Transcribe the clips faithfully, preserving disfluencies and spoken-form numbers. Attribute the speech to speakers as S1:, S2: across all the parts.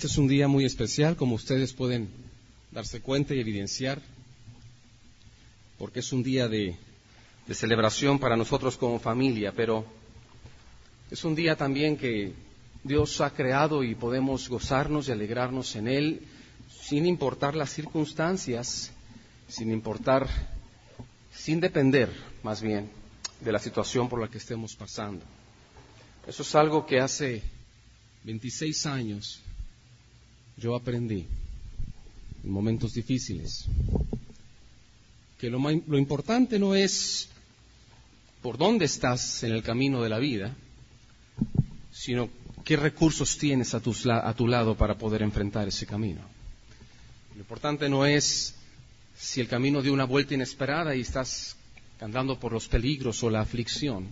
S1: Este es un día muy especial, como ustedes pueden darse cuenta y evidenciar, porque es un día de, de celebración para nosotros como familia, pero es un día también que Dios ha creado y podemos gozarnos y alegrarnos en Él, sin importar las circunstancias, sin importar, sin depender, más bien, de la situación por la que estemos pasando. Eso es algo que hace veintiséis años yo aprendí en momentos difíciles, que lo, lo importante no es por dónde estás en el camino de la vida, sino qué recursos tienes a tu, a tu lado para poder enfrentar ese camino. Lo importante no es si el camino dio una vuelta inesperada y estás andando por los peligros o la aflicción,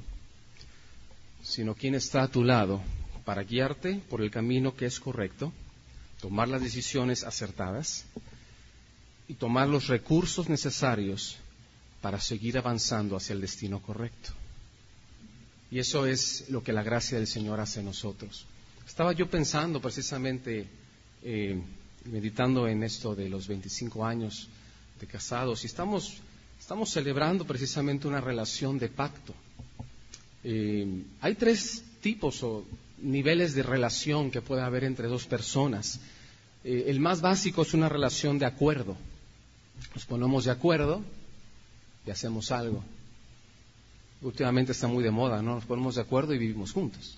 S1: sino quién está a tu lado para guiarte por el camino que es correcto, tomar las decisiones acertadas y tomar los recursos necesarios para seguir avanzando hacia el destino correcto. Y eso es lo que la gracia del Señor hace en nosotros. Estaba yo pensando precisamente, eh, meditando en esto de los veinticinco años de casados, y estamos, estamos celebrando precisamente una relación de pacto. Eh, hay tres tipos o niveles de relación que puede haber entre dos personas. Eh, el más básico es una relación de acuerdo. Nos ponemos de acuerdo y hacemos algo. Últimamente está muy de moda, ¿no? Nos ponemos de acuerdo y vivimos juntos.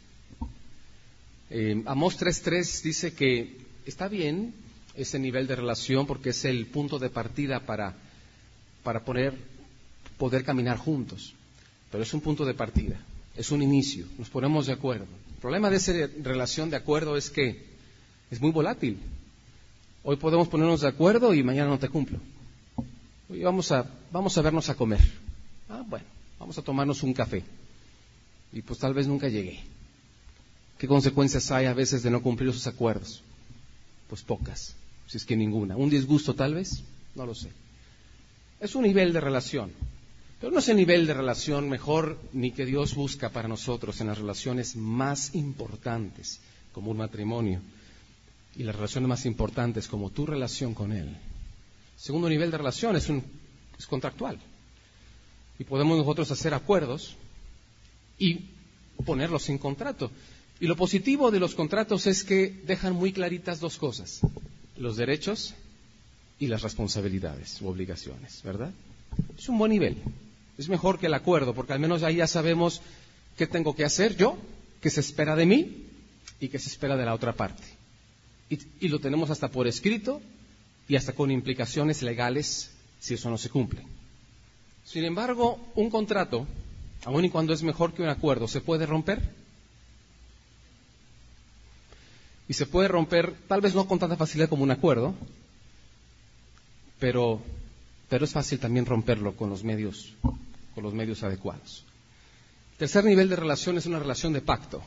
S1: Eh, Amós tres tres dice que está bien ese nivel de relación porque es el punto de partida para, para poner, poder caminar juntos. Pero es un punto de partida, es un inicio, nos ponemos de acuerdo. El problema de esa relación de acuerdo es que es muy volátil. Hoy podemos ponernos de acuerdo y mañana no te cumplo. Hoy vamos a, vamos a vernos a comer. Ah, bueno, vamos a tomarnos un café. Y pues tal vez nunca llegué. ¿Qué consecuencias hay a veces de no cumplir esos acuerdos? Pues pocas, si es que ninguna. ¿Un disgusto tal vez? No lo sé. Es un nivel de relación. Pero no es el nivel de relación mejor ni que Dios busca para nosotros en las relaciones más importantes, como un matrimonio, y las relaciones más importantes como tu relación con Él. El segundo nivel de relación es, un, es contractual. Y podemos nosotros hacer acuerdos y ponerlos en contrato. Y lo positivo de los contratos es que dejan muy claritas dos cosas: los derechos y las responsabilidades u obligaciones, ¿verdad? Es un buen nivel. Es mejor que el acuerdo, porque al menos ahí ya sabemos qué tengo que hacer yo, qué se espera de mí y qué se espera de la otra parte. Y, y lo tenemos hasta por escrito y hasta con implicaciones legales si eso no se cumple. Sin embargo, un contrato, aun y cuando es mejor que un acuerdo, ¿se puede romper? Y se puede romper, tal vez no con tanta facilidad como un acuerdo, pero, pero es fácil también romperlo con los medios, con los medios adecuados. El tercer nivel de relación es una relación de pacto.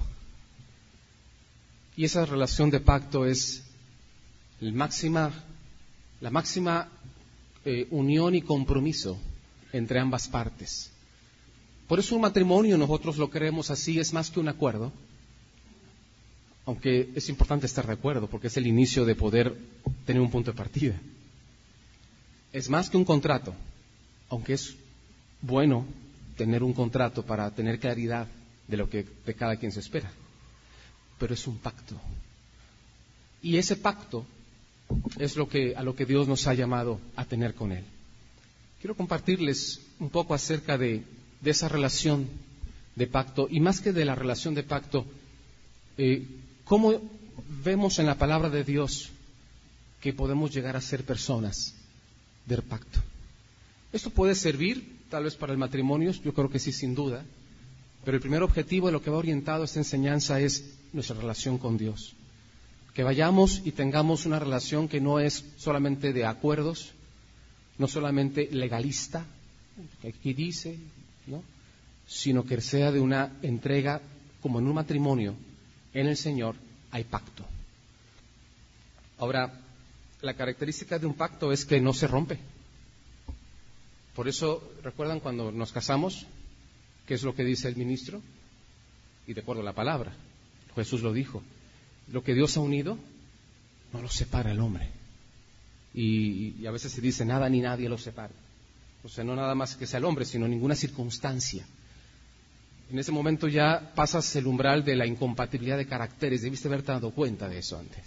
S1: Y esa relación de pacto es el máxima, la máxima eh, unión y compromiso entre ambas partes. Por eso un matrimonio, nosotros lo creemos así, es más que un acuerdo. Aunque es importante estar de acuerdo, porque es el inicio de poder tener un punto de partida. Es más que un contrato, aunque es bueno tener un contrato para tener claridad de lo que de cada quien se espera. Pero es un pacto. Y ese pacto es lo que, a lo que Dios nos ha llamado a tener con Él. Quiero compartirles un poco acerca de, de esa relación de pacto, y más que de la relación de pacto, eh, cómo vemos en la palabra de Dios que podemos llegar a ser personas del pacto. Esto puede servir tal vez para el matrimonio, yo creo que sí, sin duda, pero el primer objetivo de lo que va orientado esta enseñanza es nuestra relación con Dios. Que vayamos y tengamos una relación que no es solamente de acuerdos, no solamente legalista, que aquí dice, ¿no?, sino que sea de una entrega, como en un matrimonio, en el Señor hay pacto. Ahora, la característica de un pacto es que no se rompe. Por eso, ¿recuerdan cuando nos casamos? ¿Qué es lo que dice el ministro? Y de acuerdo a la palabra, Jesús lo dijo. Lo que Dios ha unido, no los separa el hombre. Y, y a veces se dice nada ni nadie los separa. O sea, no nada más que sea el hombre, sino ninguna circunstancia. En ese momento ya pasas el umbral de la incompatibilidad de caracteres. Debiste haberte dado cuenta de eso antes.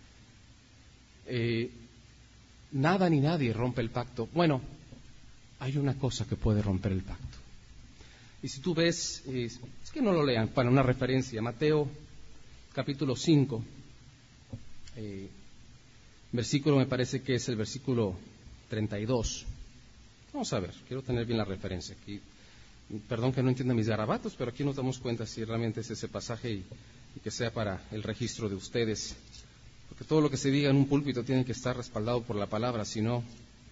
S1: Eh, nada ni nadie rompe el pacto. Bueno, hay una cosa que puede romper el pacto. Y si tú ves, eh, es que no lo lean, para una referencia, Mateo capítulo cinco, eh, versículo me parece que es el versículo treinta y dos. Vamos a ver, quiero tener bien la referencia aquí. Perdón que no entienda mis garabatos, pero aquí nos damos cuenta si realmente es ese pasaje y, y que sea para el registro de ustedes. Porque todo lo que se diga en un púlpito tiene que estar respaldado por la palabra, si no,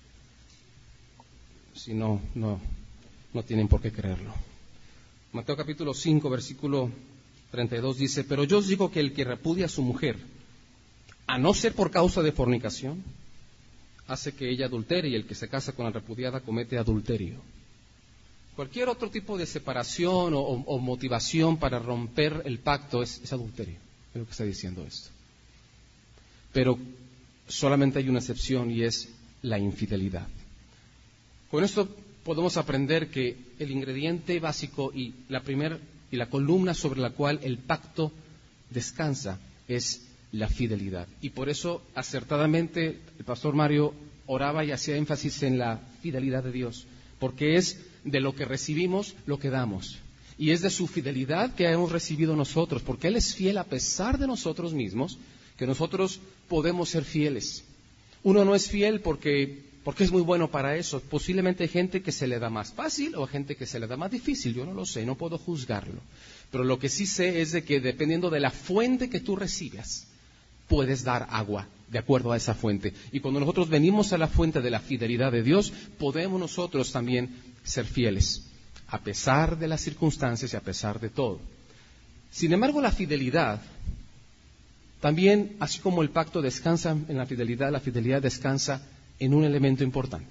S1: si no, no, no tienen por qué creerlo. Mateo capítulo cinco, versículo treinta y dos dice: pero yo os digo que el que repudia a su mujer, a no ser por causa de fornicación, hace que ella adultere, y el que se casa con la repudiada comete adulterio. Cualquier otro tipo de separación o, o, o motivación para romper el pacto es, es adulterio, es lo que está diciendo esto. Pero solamente hay una excepción y es la infidelidad. Con esto podemos aprender que el ingrediente básico y la primera y la columna sobre la cual el pacto descansa es la fidelidad. Y por eso acertadamente el pastor Mario oraba y hacía énfasis en la fidelidad de Dios, porque es de lo que recibimos lo que damos. Y es de su fidelidad que hemos recibido nosotros, porque Él es fiel a pesar de nosotros mismos, que nosotros podemos ser fieles. Uno no es fiel porque, porque es muy bueno para eso. Posiblemente hay gente que se le da más fácil o hay gente que se le da más difícil. Yo no lo sé, no puedo juzgarlo. Pero lo que sí sé es de que dependiendo de la fuente que tú recibas, puedes dar agua de acuerdo a esa fuente. Y cuando nosotros venimos a la fuente de la fidelidad de Dios, podemos nosotros también ser fieles, a pesar de las circunstancias y a pesar de todo. Sin embargo, la fidelidad, también, así como el pacto descansa en la fidelidad, la fidelidad descansa en un elemento importante.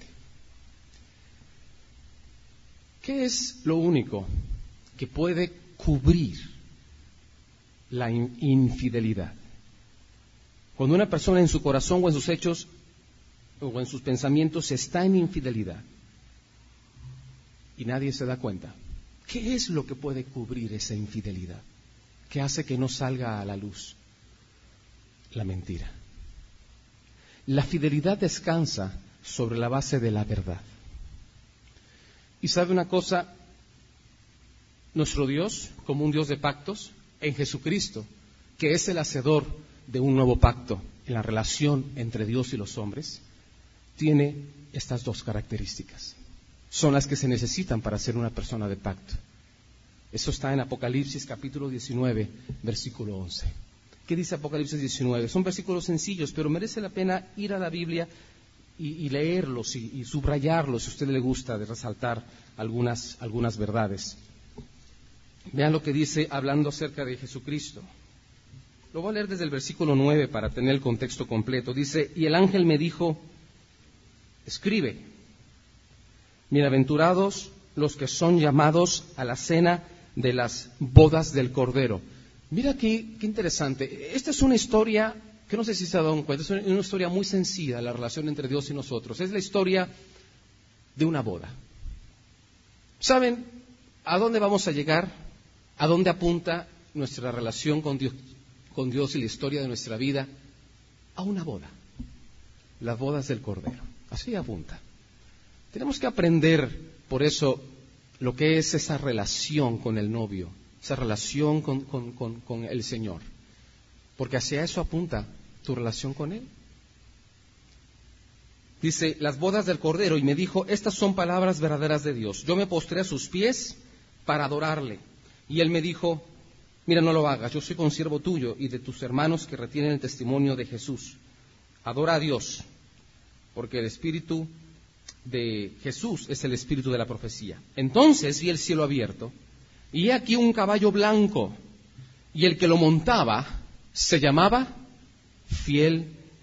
S1: ¿Qué es lo único que puede cubrir la in- infidelidad? Cuando una persona en su corazón o en sus hechos o en sus pensamientos está en infidelidad y nadie se da cuenta, ¿qué es lo que puede cubrir esa infidelidad? ¿Qué hace que no salga a la luz? La mentira. La fidelidad descansa sobre la base de la verdad. Y sabe una cosa, nuestro Dios, como un Dios de pactos, en Jesucristo, que es el hacedor de un nuevo pacto en la relación entre Dios y los hombres, tiene estas dos características. Son las que se necesitan para ser una persona de pacto. Eso está en Apocalipsis capítulo diecinueve, versículo once. ¿Qué dice Apocalipsis diecinueve? Son versículos sencillos, pero merece la pena ir a la Biblia y, y leerlos y, y subrayarlos, si a usted le gusta, de resaltar algunas, algunas verdades. Vean lo que dice hablando acerca de Jesucristo. Lo voy a leer desde el versículo nueve para tener el contexto completo. Dice: y el ángel me dijo, escribe, bienaventurados los que son llamados a la cena de las bodas del Cordero. Mira qué, qué interesante. Esta es una historia que no sé si se ha dado cuenta, es una, una historia muy sencilla, la relación entre Dios y nosotros. Es la historia de una boda. ¿Saben a dónde vamos a llegar? ¿A dónde apunta nuestra relación con Dios, con Dios y la historia de nuestra vida? A una boda. Las bodas del Cordero. Así apunta. Tenemos que aprender, por eso, lo que es esa relación con el novio, esa relación con, con, con, con el Señor. Porque hacia eso apunta tu relación con Él. Dice, las bodas del Cordero, y me dijo, estas son palabras verdaderas de Dios. Yo me postré a sus pies para adorarle. Y Él me dijo, mira, no lo hagas, yo soy consiervo tuyo y de tus hermanos que retienen el testimonio de Jesús. Adora a Dios, porque el Espíritu de Jesús es el espíritu de la profecía. Entonces vi el cielo abierto, y he aquí un caballo blanco, y el que lo montaba se llamaba Fiel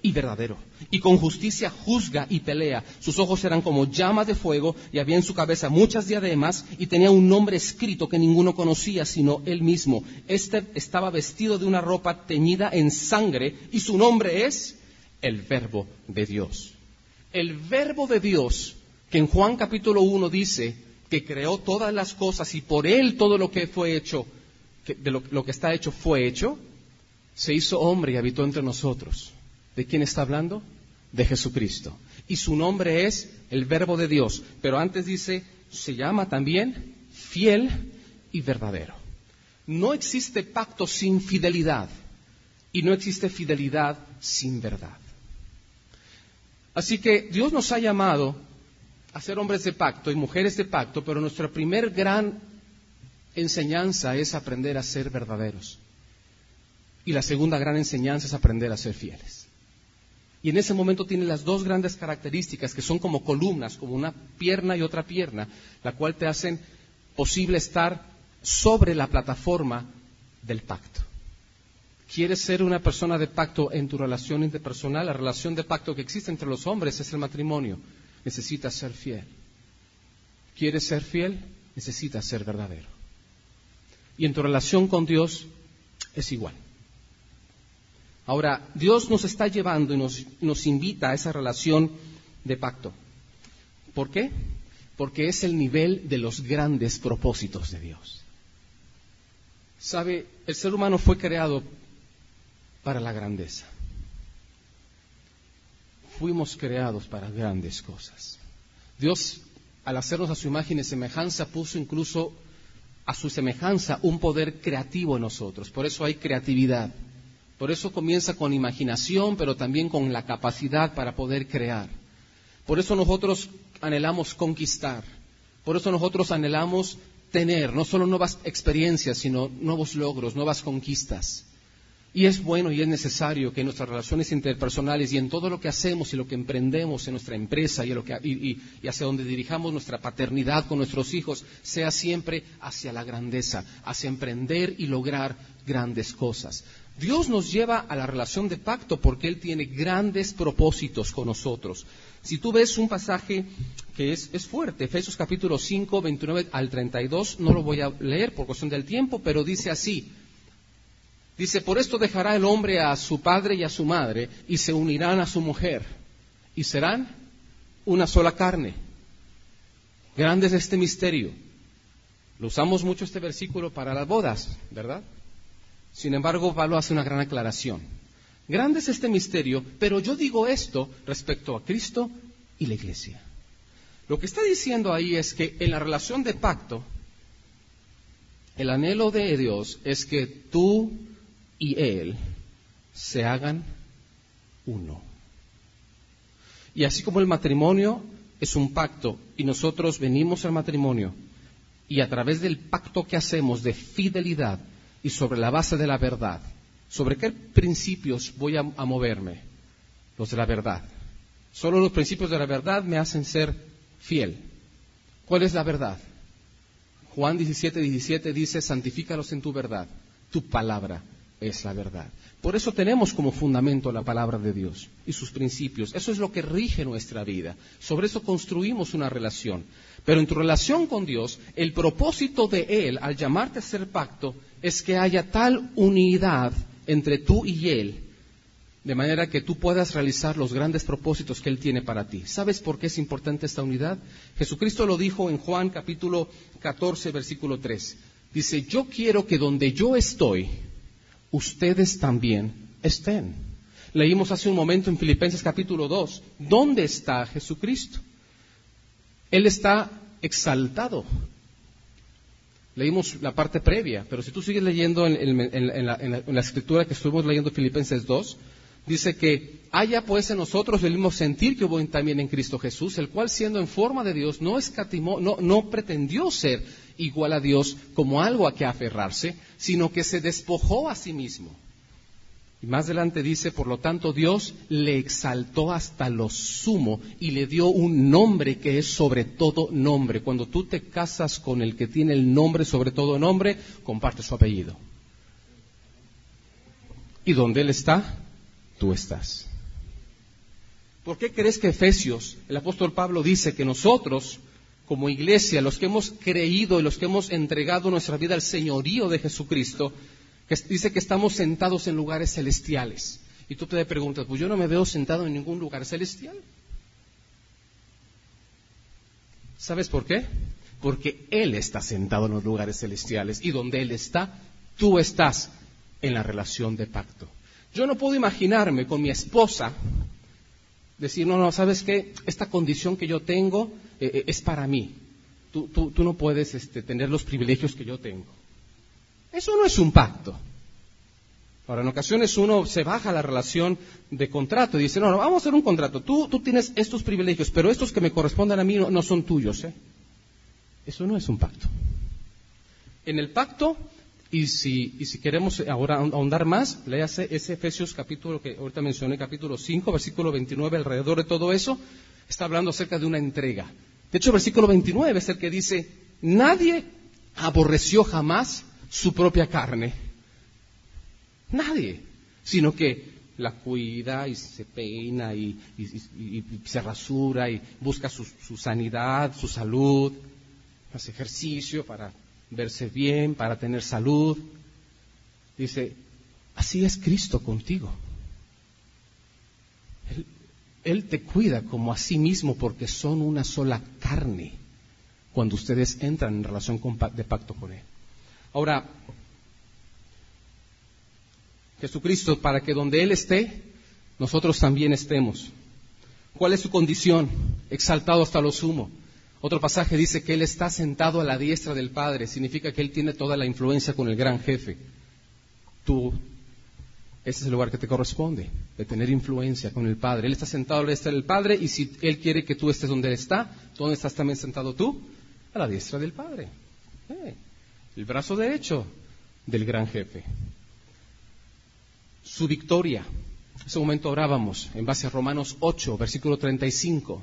S1: y verdadero, y con justicia juzga y pelea. Sus ojos eran como llamas de fuego, y había en su cabeza muchas diademas, y tenía un nombre escrito que ninguno conocía sino él mismo. Este estaba vestido de una ropa teñida en sangre, y su nombre es el Verbo de Dios. El Verbo de Dios, que en Juan capítulo uno dice que creó todas las cosas, y por él todo lo que fue hecho, que de lo, lo que está hecho fue hecho, se hizo hombre y habitó entre nosotros. ¿De quién está hablando? De Jesucristo. Y su nombre es el Verbo de Dios. Pero antes dice, se llama también fiel y verdadero. No existe pacto sin fidelidad. Y no existe fidelidad sin verdad. Así que Dios nos ha llamado a ser hombres de pacto y mujeres de pacto, pero nuestra primer gran enseñanza es aprender a ser verdaderos. Y la segunda gran enseñanza es aprender a ser fieles. Y en ese momento tiene las dos grandes características que son como columnas, como una pierna y otra pierna, la cual te hacen posible estar sobre la plataforma del pacto. ¿Quieres ser una persona de pacto en tu relación interpersonal? La relación de pacto que existe entre los hombres es el matrimonio. Necesitas ser fiel. ¿Quieres ser fiel? Necesitas ser verdadero. Y en tu relación con Dios es igual. Ahora, Dios nos está llevando y nos, nos invita a esa relación de pacto. ¿Por qué? Porque es el nivel de los grandes propósitos de Dios. ¿Sabe? El ser humano fue creado para la grandeza. Fuimos creados para grandes cosas. Dios, al hacernos a su imagen y semejanza, puso incluso a su semejanza un poder creativo en nosotros. Por eso hay creatividad. Por eso comienza con imaginación, pero también con la capacidad para poder crear. Por eso nosotros anhelamos conquistar. Por eso nosotros anhelamos tener no solo nuevas experiencias, sino nuevos logros, nuevas conquistas. Y es bueno y es necesario que en nuestras relaciones interpersonales y en todo lo que hacemos y lo que emprendemos en nuestra empresa y, lo que, y, y, y hacia donde dirijamos nuestra paternidad con nuestros hijos, sea siempre hacia la grandeza, hacia emprender y lograr grandes cosas. Dios nos lleva a la relación de pacto porque Él tiene grandes propósitos con nosotros. Si tú ves un pasaje que es, es fuerte, Efesios capítulo cinco, veintinueve al treinta y dos, no lo voy a leer por cuestión del tiempo, pero dice así. Dice, por esto dejará el hombre a su padre y a su madre, y se unirán a su mujer, y serán una sola carne. Grande es este misterio. Lo usamos mucho este versículo para las bodas, ¿verdad? Sin embargo, Pablo hace una gran aclaración. Grande es este misterio, pero yo digo esto respecto a Cristo y la Iglesia. Lo que está diciendo ahí es que en la relación de pacto, el anhelo de Dios es que tú y Él se hagan uno. Y así como el matrimonio es un pacto y nosotros venimos al matrimonio y a través del pacto que hacemos de fidelidad y sobre la base de la verdad, ¿sobre qué principios voy a, a moverme? Los de la verdad. Solo los principios de la verdad me hacen ser fiel. ¿Cuál es la verdad? Juan diecisiete, diecisiete dice, santifícalos en tu verdad, tu palabra es la verdad. Por eso tenemos como fundamento la palabra de Dios y sus principios. Eso es lo que rige nuestra vida. Sobre eso construimos una relación. Pero en tu relación con Dios, el propósito de Él, al llamarte a hacer pacto, es que haya tal unidad entre tú y Él, de manera que tú puedas realizar los grandes propósitos que Él tiene para ti. ¿Sabes por qué es importante esta unidad? Jesucristo lo dijo en Juan capítulo catorce, versículo tres. Dice, yo quiero que donde yo estoy, ustedes también estén. Leímos hace un momento en Filipenses capítulo dos, ¿dónde está Jesucristo? Él está exaltado. Leímos la parte previa, pero si tú sigues leyendo en, en, en, la, en, la, en la escritura que estuvimos leyendo Filipenses dos, dice que haya pues en nosotros el mismo sentir que hubo también en Cristo Jesús, el cual siendo en forma de Dios no escatimó, no, no pretendió ser igual a Dios como algo a que aferrarse, sino que se despojó a sí mismo. Y más adelante dice, por lo tanto Dios le exaltó hasta lo sumo y le dio un nombre que es sobre todo nombre. Cuando tú te casas con el que tiene el nombre sobre todo nombre, comparte su apellido. Y donde Él está, tú estás. ¿Por qué crees que Efesios, el apóstol Pablo dice que nosotros, como iglesia, los que hemos creído y los que hemos entregado nuestra vida al señorío de Jesucristo, que dice que estamos sentados en lugares celestiales? Y tú te preguntas, pues yo no me veo sentado en ningún lugar celestial. ¿Sabes por qué? Porque Él está sentado en los lugares celestiales y donde Él está, tú estás en la relación de pacto. Yo no puedo imaginarme con mi esposa decir, no, no, ¿sabes qué? Esta condición que yo tengo eh, es para mí. Tú, tú, tú no puedes este, tener los privilegios que yo tengo. Eso no es un pacto. Ahora, en ocasiones uno se baja la relación de contrato y dice, no, no, vamos a hacer un contrato. Tú, tú tienes estos privilegios, pero estos que me corresponden a mí no, no son tuyos, ¿eh? Eso no es un pacto. En el pacto, y si, y si queremos ahora ahondar más, léase ese Efesios capítulo que ahorita mencioné, capítulo cinco, versículo veintinueve, alrededor de todo eso, está hablando acerca de una entrega. De hecho, el versículo veintinueve es el que dice, nadie aborreció jamás su propia carne. Nadie, sino que la cuida y se peina y, y, y, y se rasura y busca su, su sanidad, su salud, hace ejercicio para verse bien, para tener salud. Dice, así es Cristo contigo. Él, Él te cuida como a sí mismo porque son una sola carne cuando ustedes entran en relación con, de pacto con Él. Ahora, Jesucristo, para que donde Él esté, nosotros también estemos. ¿Cuál es su condición? Exaltado hasta lo sumo. Otro pasaje dice que Él está sentado a la diestra del Padre. Significa que Él tiene toda la influencia con el gran jefe. Tú, ese es el lugar que te corresponde, de tener influencia con el Padre. Él está sentado a la diestra del Padre y si Él quiere que tú estés donde Él está, ¿dónde estás también sentado tú? A la diestra del Padre. Eh, el brazo derecho del gran jefe. Su victoria. En ese momento orábamos en base a Romanos ocho, versículo treinta y cinco,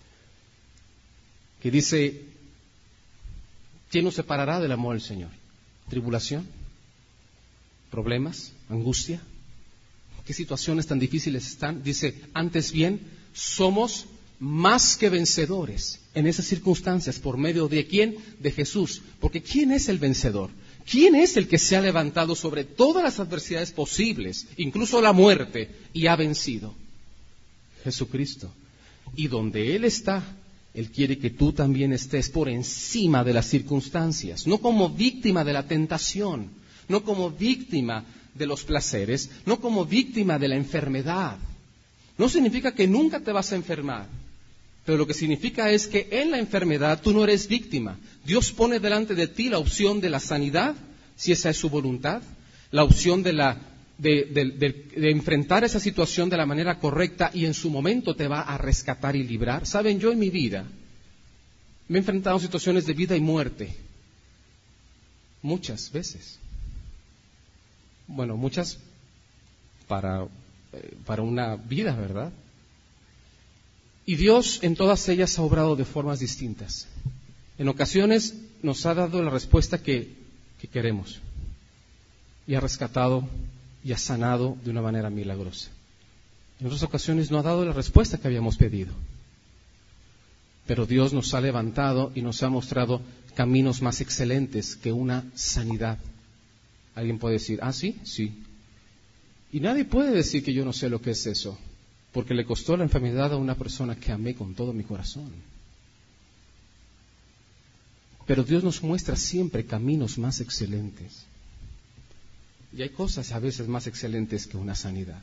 S1: que dice, ¿quién nos separará del amor del Señor? ¿Tribulación? ¿Problemas? ¿Angustia? ¿Qué situaciones tan difíciles están? Dice, antes bien, somos más que vencedores en esas circunstancias, ¿por medio de quién? De Jesús. Porque ¿quién es el vencedor? ¿Quién es el que se ha levantado sobre todas las adversidades posibles, incluso la muerte, y ha vencido? Jesucristo. Y donde Él está, Él quiere que tú también estés por encima de las circunstancias, no como víctima de la tentación, no como víctima de los placeres, no como víctima de la enfermedad. No significa que nunca te vas a enfermar, pero lo que significa es que en la enfermedad tú no eres víctima. Dios pone delante de ti la opción de la sanidad, si esa es su voluntad, la opción de, la, de, de, de, de enfrentar esa situación de la manera correcta y en su momento te va a rescatar y librar. Saben, yo en mi vida me he enfrentado a situaciones de vida y muerte, muchas veces. Bueno, muchas para, eh, para una vida, ¿verdad? Y Dios en todas ellas ha obrado de formas distintas. En ocasiones nos ha dado la respuesta que, que queremos. Y ha rescatado y ha sanado de una manera milagrosa. En otras ocasiones no ha dado la respuesta que habíamos pedido. Pero Dios nos ha levantado y nos ha mostrado caminos más excelentes que una sanidad. Alguien puede decir, ah, sí, sí. Y nadie puede decir que yo no sé lo que es eso. Porque le costó la enfermedad a una persona que amé con todo mi corazón. Pero Dios nos muestra siempre caminos más excelentes. Y hay cosas a veces más excelentes que una sanidad.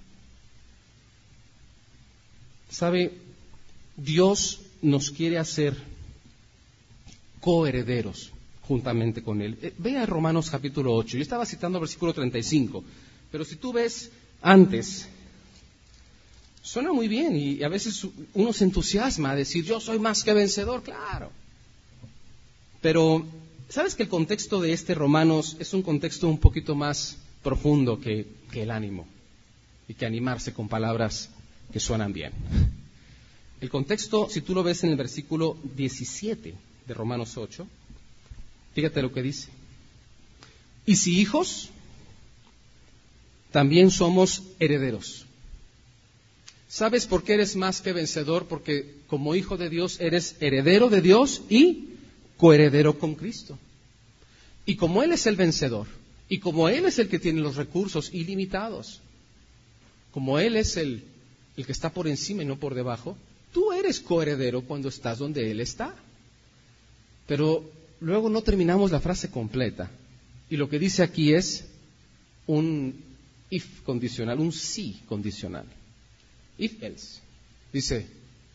S1: ¿Sabe? Dios nos quiere hacer coherederos juntamente con Él. Eh, Vea Romanos capítulo ocho. Yo estaba citando el versículo treinta y cinco. Pero si tú ves antes, suena muy bien y a veces uno se entusiasma a decir, yo soy más que vencedor, claro. Pero, ¿sabes que el contexto de este Romanos es un contexto un poquito más profundo que, que el ánimo? Y que animarse con palabras que suenan bien. El contexto, si tú lo ves en el versículo diecisiete de Romanos ocho, fíjate lo que dice. Y si hijos, también somos herederos. ¿Sabes por qué eres más que vencedor? Porque como hijo de Dios eres heredero de Dios y coheredero con Cristo. Y como Él es el vencedor, y como Él es el que tiene los recursos ilimitados, como Él es el, el que está por encima y no por debajo, tú eres coheredero cuando estás donde Él está. Pero luego no terminamos la frase completa. Y lo que dice aquí es un if condicional, un sí condicional. If else. Dice,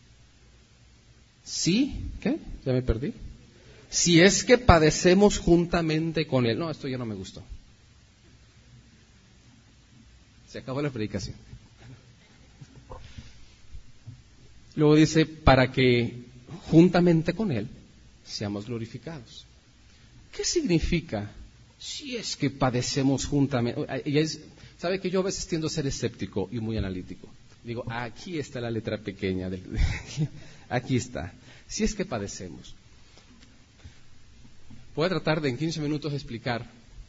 S1: sí, ¿qué? Ya me perdí. Si es que padecemos juntamente con Él. No, esto ya no me gustó. Se acabó la predicación. Luego dice, para que juntamente con Él seamos glorificados. ¿Qué significa si es que padecemos juntamente? ¿Sabe que yo a veces tiendo a ser escéptico y muy analítico? Digo, aquí está la letra pequeña. Del, aquí está. Si es que padecemos. Voy a tratar de en quince minutos explicar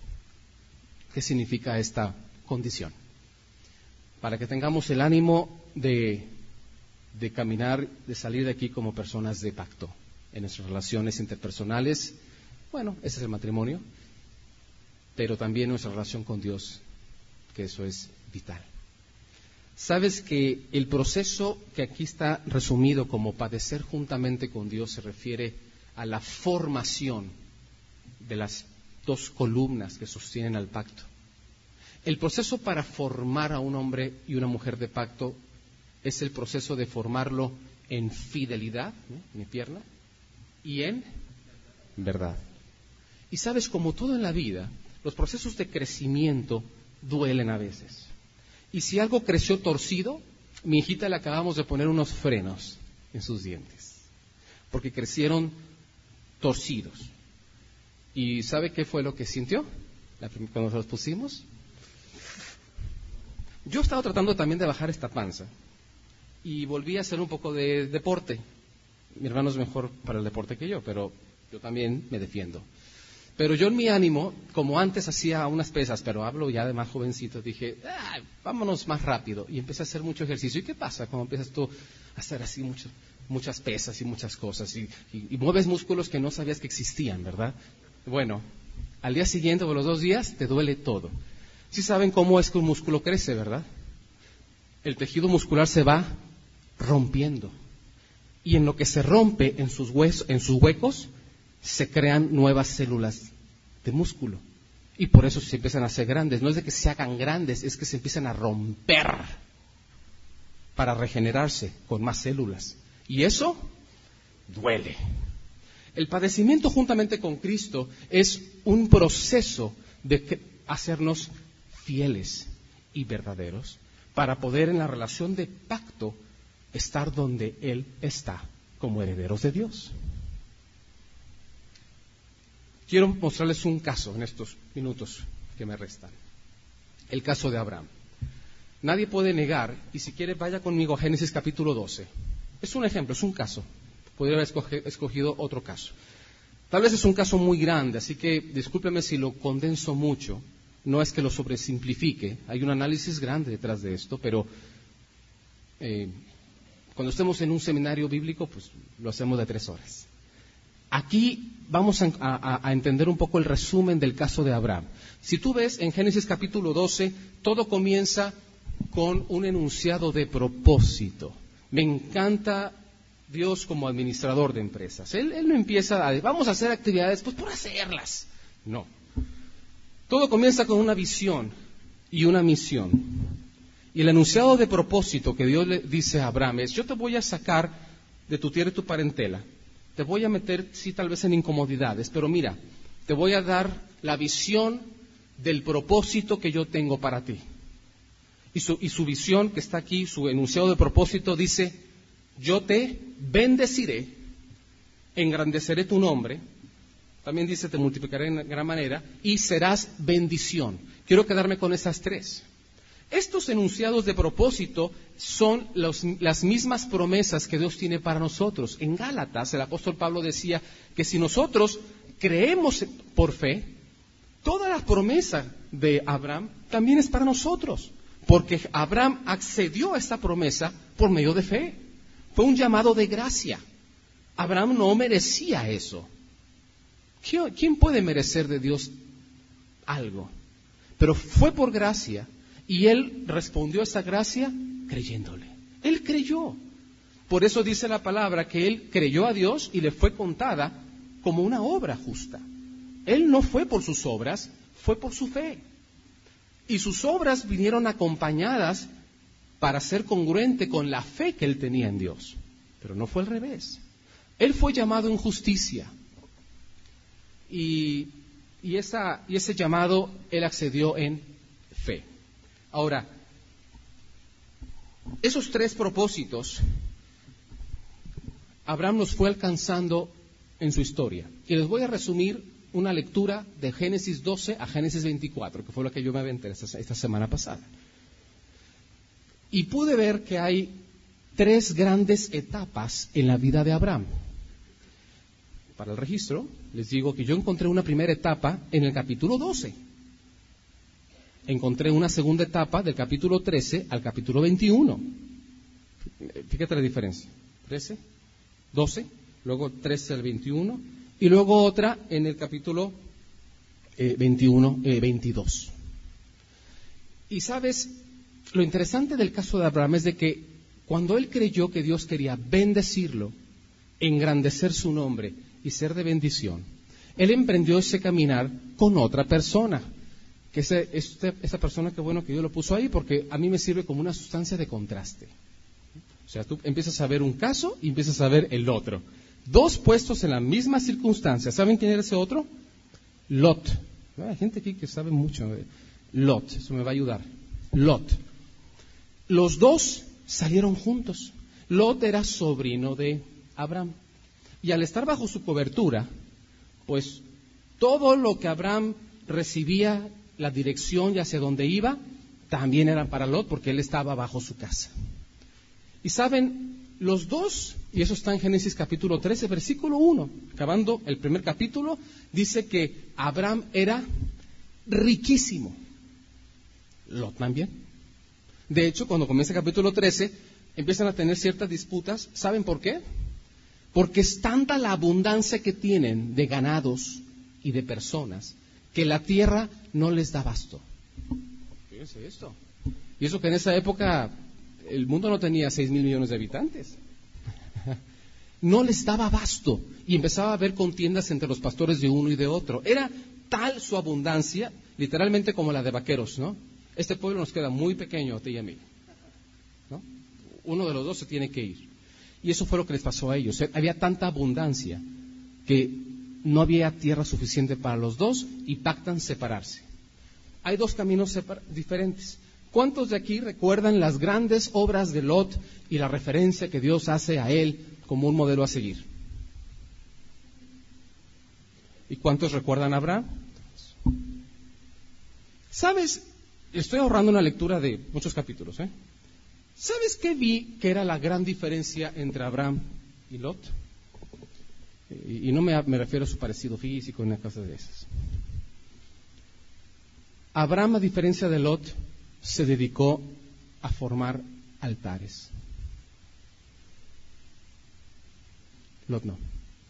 S1: qué significa esta condición. Para que tengamos el ánimo de, de caminar, de salir de aquí como personas de pacto en nuestras relaciones interpersonales. Bueno, ese es el matrimonio, pero también nuestra relación con Dios, que eso es vital. ¿Sabes que el proceso que aquí está resumido como padecer juntamente con Dios se refiere a la formación de las dos columnas que sostienen al pacto? El proceso para formar a un hombre y una mujer de pacto es el proceso de formarlo en fidelidad, ¿eh? Mi pierna, y en verdad. Y sabes, como todo en la vida, los procesos de crecimiento duelen a veces. Y si algo creció torcido, mi hijita le acabamos de poner unos frenos en sus dientes, porque crecieron torcidos. ¿Y sabe qué fue lo que sintió cuando se los pusimos? Yo he estado tratando también de bajar esta panza y volví a hacer un poco de deporte. Mi hermano es mejor para el deporte que yo, pero yo también me defiendo. Pero yo en mi ánimo, como antes hacía unas pesas, pero hablo ya de más jovencito, dije, ah, vámonos más rápido. Y empecé a hacer mucho ejercicio. ¿Y qué pasa cuando empiezas tú a hacer así mucho, muchas pesas y muchas cosas? Y, y, y mueves músculos que no sabías que existían, ¿verdad? Bueno, al día siguiente o los dos días te duele todo. Sí saben cómo es que un músculo crece, ¿verdad? El tejido muscular se va rompiendo. Y en lo que se rompe en sus huesos, en sus huecos, se crean nuevas células de músculo. Y por eso se empiezan a hacer grandes. No es de que se hagan grandes, es que se empiezan a romper para regenerarse con más células. Y eso duele. El padecimiento juntamente con Cristo es un proceso de hacernos fieles y verdaderos para poder en la relación de pacto estar donde Él está como herederos de Dios. Quiero mostrarles un caso en estos minutos que me restan. El caso de Abraham. Nadie puede negar, y si quiere vaya conmigo a Génesis capítulo doce. Es un ejemplo, es un caso. Podría haber escoge, escogido otro caso. Tal vez es un caso muy grande, así que discúlpeme si lo condenso mucho. No es que lo sobresimplifique, hay un análisis grande detrás de esto, pero eh, cuando estemos en un seminario bíblico, pues lo hacemos de tres horas. Aquí vamos a, a, a entender un poco el resumen del caso de Abraham. Si tú ves en Génesis capítulo doce, todo comienza con un enunciado de propósito. Me encanta Dios como administrador de empresas. Él, él no empieza a, vamos a hacer actividades pues por hacerlas. No. Todo comienza con una visión y una misión. Y el enunciado de propósito que Dios le dice a Abraham es, yo te voy a sacar de tu tierra y tu parentela. Te voy a meter, sí, tal vez en incomodidades, pero mira, te voy a dar la visión del propósito que yo tengo para ti. Y su, y su visión, que está aquí, su enunciado de propósito, dice, yo te bendeciré, engrandeceré tu nombre, también dice, te multiplicaré en gran manera, y serás bendición. Quiero quedarme con esas tres. Estos enunciados de propósito son los, las mismas promesas que Dios tiene para nosotros. En Gálatas, el apóstol Pablo decía que si nosotros creemos por fe, toda la promesa de Abraham también es para nosotros. Porque Abraham accedió a esta promesa por medio de fe. Fue un llamado de gracia. Abraham no merecía eso. ¿Quién puede merecer de Dios algo? Pero fue por gracia y él respondió a esa gracia creyéndole. Él creyó. Por eso dice la palabra que él creyó a Dios y le fue contada como una obra justa. Él no fue por sus obras, fue por su fe. Y sus obras vinieron acompañadas para ser congruente con la fe que él tenía en Dios. Pero no fue al revés. Él fue llamado en justicia. Y, y, esa, y ese llamado él accedió en fe. Ahora, esos tres propósitos, Abraham los fue alcanzando en su historia. Y les voy a resumir una lectura de Génesis doce a Génesis veinticuatro, que fue lo que yo me aventé esta, esta semana pasada. Y pude ver que hay tres grandes etapas en la vida de Abraham. Para el registro, les digo que yo encontré una primera etapa en el capítulo doce. Encontré una segunda etapa del capítulo trece al capítulo veintiuno. Fíjate la diferencia. trece, doce, luego trece al veintiuno, y luego otra en el capítulo eh, veintiuno, eh, veintidós. Y sabes, lo interesante del caso de Abraham es de que cuando él creyó que Dios quería bendecirlo, engrandecer su nombre y ser de bendición, él emprendió ese caminar con otra persona. Que ese, este, esa persona, qué bueno que Dios lo puso ahí, porque a mí me sirve como una sustancia de contraste. O sea, tú empiezas a ver un caso y empiezas a ver el otro. Dos puestos en la misma circunstancia. ¿Saben quién era ese otro? Lot. Hay gente aquí que sabe mucho. Lot, eso me va a ayudar. Lot. Los dos salieron juntos. Lot era sobrino de Abraham. Y al estar bajo su cobertura, pues todo lo que Abraham recibía, la dirección y hacia dónde iba, también era para Lot, porque él estaba bajo su casa. Y saben, los dos, y eso está en Génesis capítulo trece, versículo uno, acabando el primer capítulo, dice que Abraham era riquísimo. Lot también. De hecho, cuando comienza el capítulo trece, empiezan a tener ciertas disputas. ¿Saben por qué? Porque es tanta la abundancia que tienen de ganados y de personas que la tierra no les da abasto. Fíjense esto. Y eso que en esa época el mundo no tenía seis mil millones de habitantes. No les daba abasto y empezaba a haber contiendas entre los pastores de uno y de otro. Era tal su abundancia, literalmente como la de vaqueros, ¿no? Este pueblo nos queda muy pequeño a ti y a mí, ¿no? Uno de los dos se tiene que ir. Y eso fue lo que les pasó a ellos. Había tanta abundancia que no había tierra suficiente para los dos y pactan separarse. Hay dos caminos separ- diferentes. ¿Cuántos de aquí recuerdan las grandes obras de Lot y la referencia que Dios hace a él como un modelo a seguir? ¿Y cuántos recuerdan a Abraham? ¿Sabes? Estoy ahorrando una lectura de muchos capítulos, ¿eh? ¿Sabes qué vi que era la gran diferencia entre Abraham y Lot? Y, y no me, me refiero a su parecido físico, ni a cosas de esas. Abraham, a diferencia de Lot, se dedicó a formar altares. Lot no.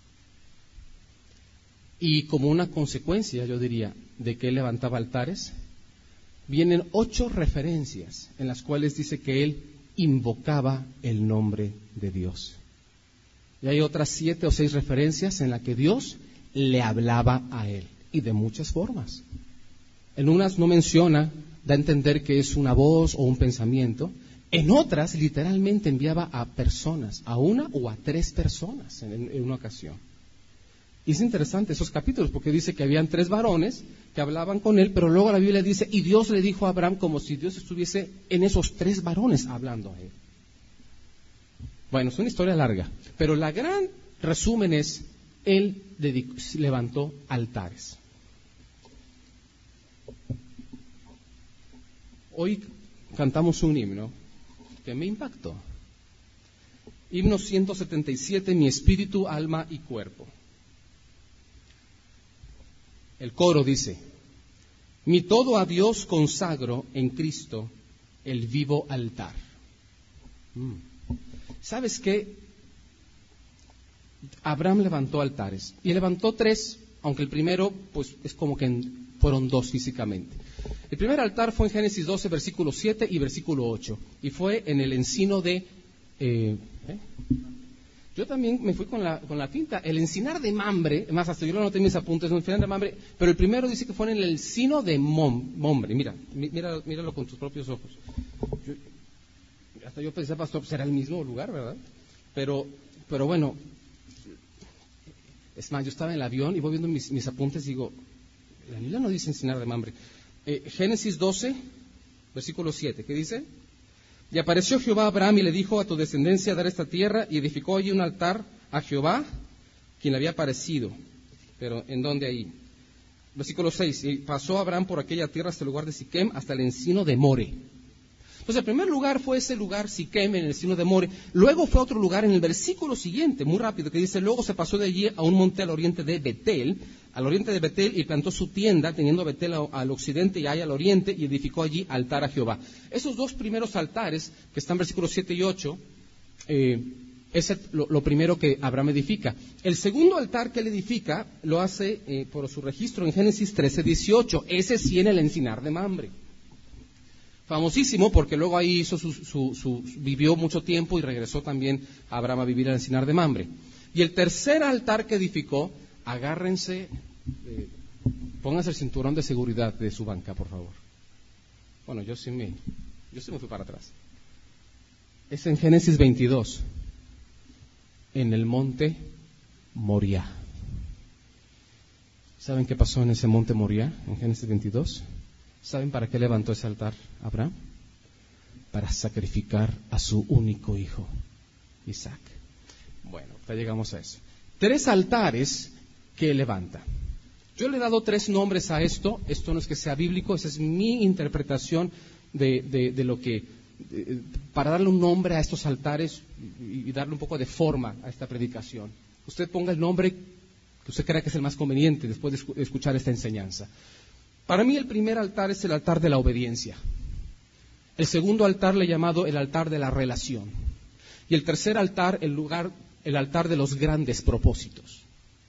S1: Y como una consecuencia, yo diría, de que él levantaba altares, vienen ocho referencias en las cuales dice que él invocaba el nombre de Dios. Y hay otras siete o seis referencias en las que Dios le hablaba a él, y de muchas formas. En unas no menciona, da a entender que es una voz o un pensamiento. En otras, literalmente enviaba a personas, a una o a tres personas en, en una ocasión. Y es interesante esos capítulos, porque dice que habían tres varones que hablaban con él, pero luego la Biblia dice, y Dios le dijo a Abraham como si Dios estuviese en esos tres varones hablando a él. Bueno, es una historia larga, pero la gran resumen es, él dedicó, levantó altares. Hoy cantamos un himno que me impactó. Himno ciento setenta y siete, mi espíritu, alma y cuerpo. El coro dice, mi todo a Dios consagro en Cristo, el vivo altar. Mm. ¿Sabes qué? Abraham levantó altares, y levantó tres, aunque el primero, pues, es como que fueron dos físicamente. El primer altar fue en Génesis doce, versículo siete y versículo ocho, y fue en el encino de... Eh, ¿eh? Yo también me fui con la, con la tinta. El encinar de Mamre, más hasta yo lo noté en mis apuntes, el encinar de Mamre, pero el primero dice que fue en el encino de Mom, Mamre. Mira, mira, míralo con tus propios ojos. Yo, hasta yo pensé, pastor, será el mismo lugar, ¿verdad? Pero, pero bueno, es más, yo estaba en el avión y voy viendo mis, mis apuntes y digo, la Biblia no dice encinar de Mamre. Eh, Génesis doce, versículo siete, ¿qué dice? Y apareció Jehová a Abraham y le dijo, a tu descendencia dar esta tierra, y edificó allí un altar a Jehová, quien le había aparecido. Pero, ¿en dónde ahí? Versículo seis, y pasó Abraham por aquella tierra hasta el lugar de Siquem, hasta el encino de More. Entonces, el primer lugar fue ese lugar, Siquem, en el encino de More. Luego fue a otro lugar en el versículo siguiente, muy rápido, que dice, luego se pasó de allí a un monte al oriente de Betel, al oriente de Betel, y plantó su tienda, teniendo Betel al occidente y Ai al oriente, y edificó allí altar a Jehová. Esos dos primeros altares, que están en versículos siete y ocho, eh, es lo, lo primero que Abraham edifica. El segundo altar que él edifica lo hace eh, por su registro en Génesis trece, dieciocho. Ese sí en el encinar de Mamre. Famosísimo porque luego ahí hizo su, su, su, vivió mucho tiempo y regresó también a Abraham a vivir al encinar de Mamre. Y el tercer altar que edificó, agárrense, eh, pónganse el cinturón de seguridad de su banca, por favor. Bueno, yo sí me, yo sí me fui para atrás. Es en Génesis veintidós, en el monte Moriah. ¿Saben qué pasó en ese monte Moriah, en Génesis veintidós? ¿Saben para qué levantó ese altar Abraham? Para sacrificar a su único hijo, Isaac. Bueno, ya llegamos a eso. Tres altares que levanta. Yo le he dado tres nombres a esto. Esto no es que sea bíblico, esa es mi interpretación de, de, de lo que, de, para darle un nombre a estos altares y, y darle un poco de forma a esta predicación. Usted ponga el nombre que usted crea que es el más conveniente después de escuchar esta enseñanza. Para mí el primer altar es el altar de la obediencia. El segundo altar le he llamado el altar de la relación. Y el tercer altar, el lugar, el altar de los grandes propósitos.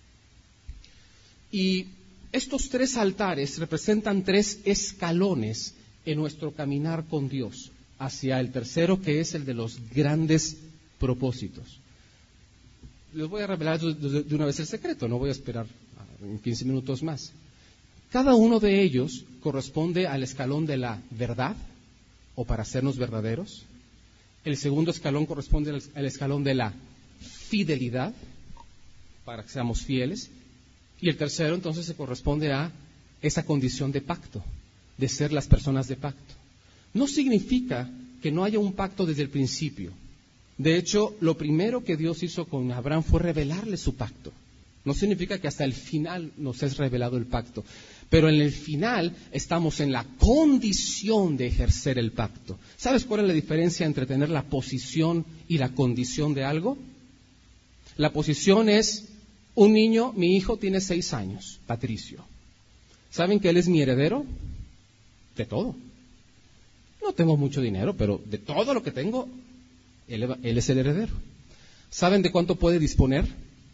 S1: Y estos tres altares representan tres escalones en nuestro caminar con Dios hacia el tercero, que es el de los grandes propósitos. Les voy a revelar de una vez el secreto, no voy a esperar en quince minutos más. Cada uno de ellos corresponde al escalón de la verdad, o para hacernos verdaderos. El segundo escalón corresponde al, al escalón de la fidelidad, para que seamos fieles. Y el tercero, entonces, se corresponde a esa condición de pacto, de ser las personas de pacto. No significa que no haya un pacto desde el principio. De hecho, lo primero que Dios hizo con Abraham fue revelarle su pacto. No significa que hasta el final nos es revelado el pacto. Pero en el final estamos en la condición de ejercer el pacto. ¿Sabes cuál es la diferencia entre tener la posición y la condición de algo? La posición es, un niño, mi hijo tiene seis años, Patricio. ¿Saben que él es mi heredero? De todo. No tengo mucho dinero, pero de todo lo que tengo, él, él es el heredero. ¿Saben de cuánto puede disponer?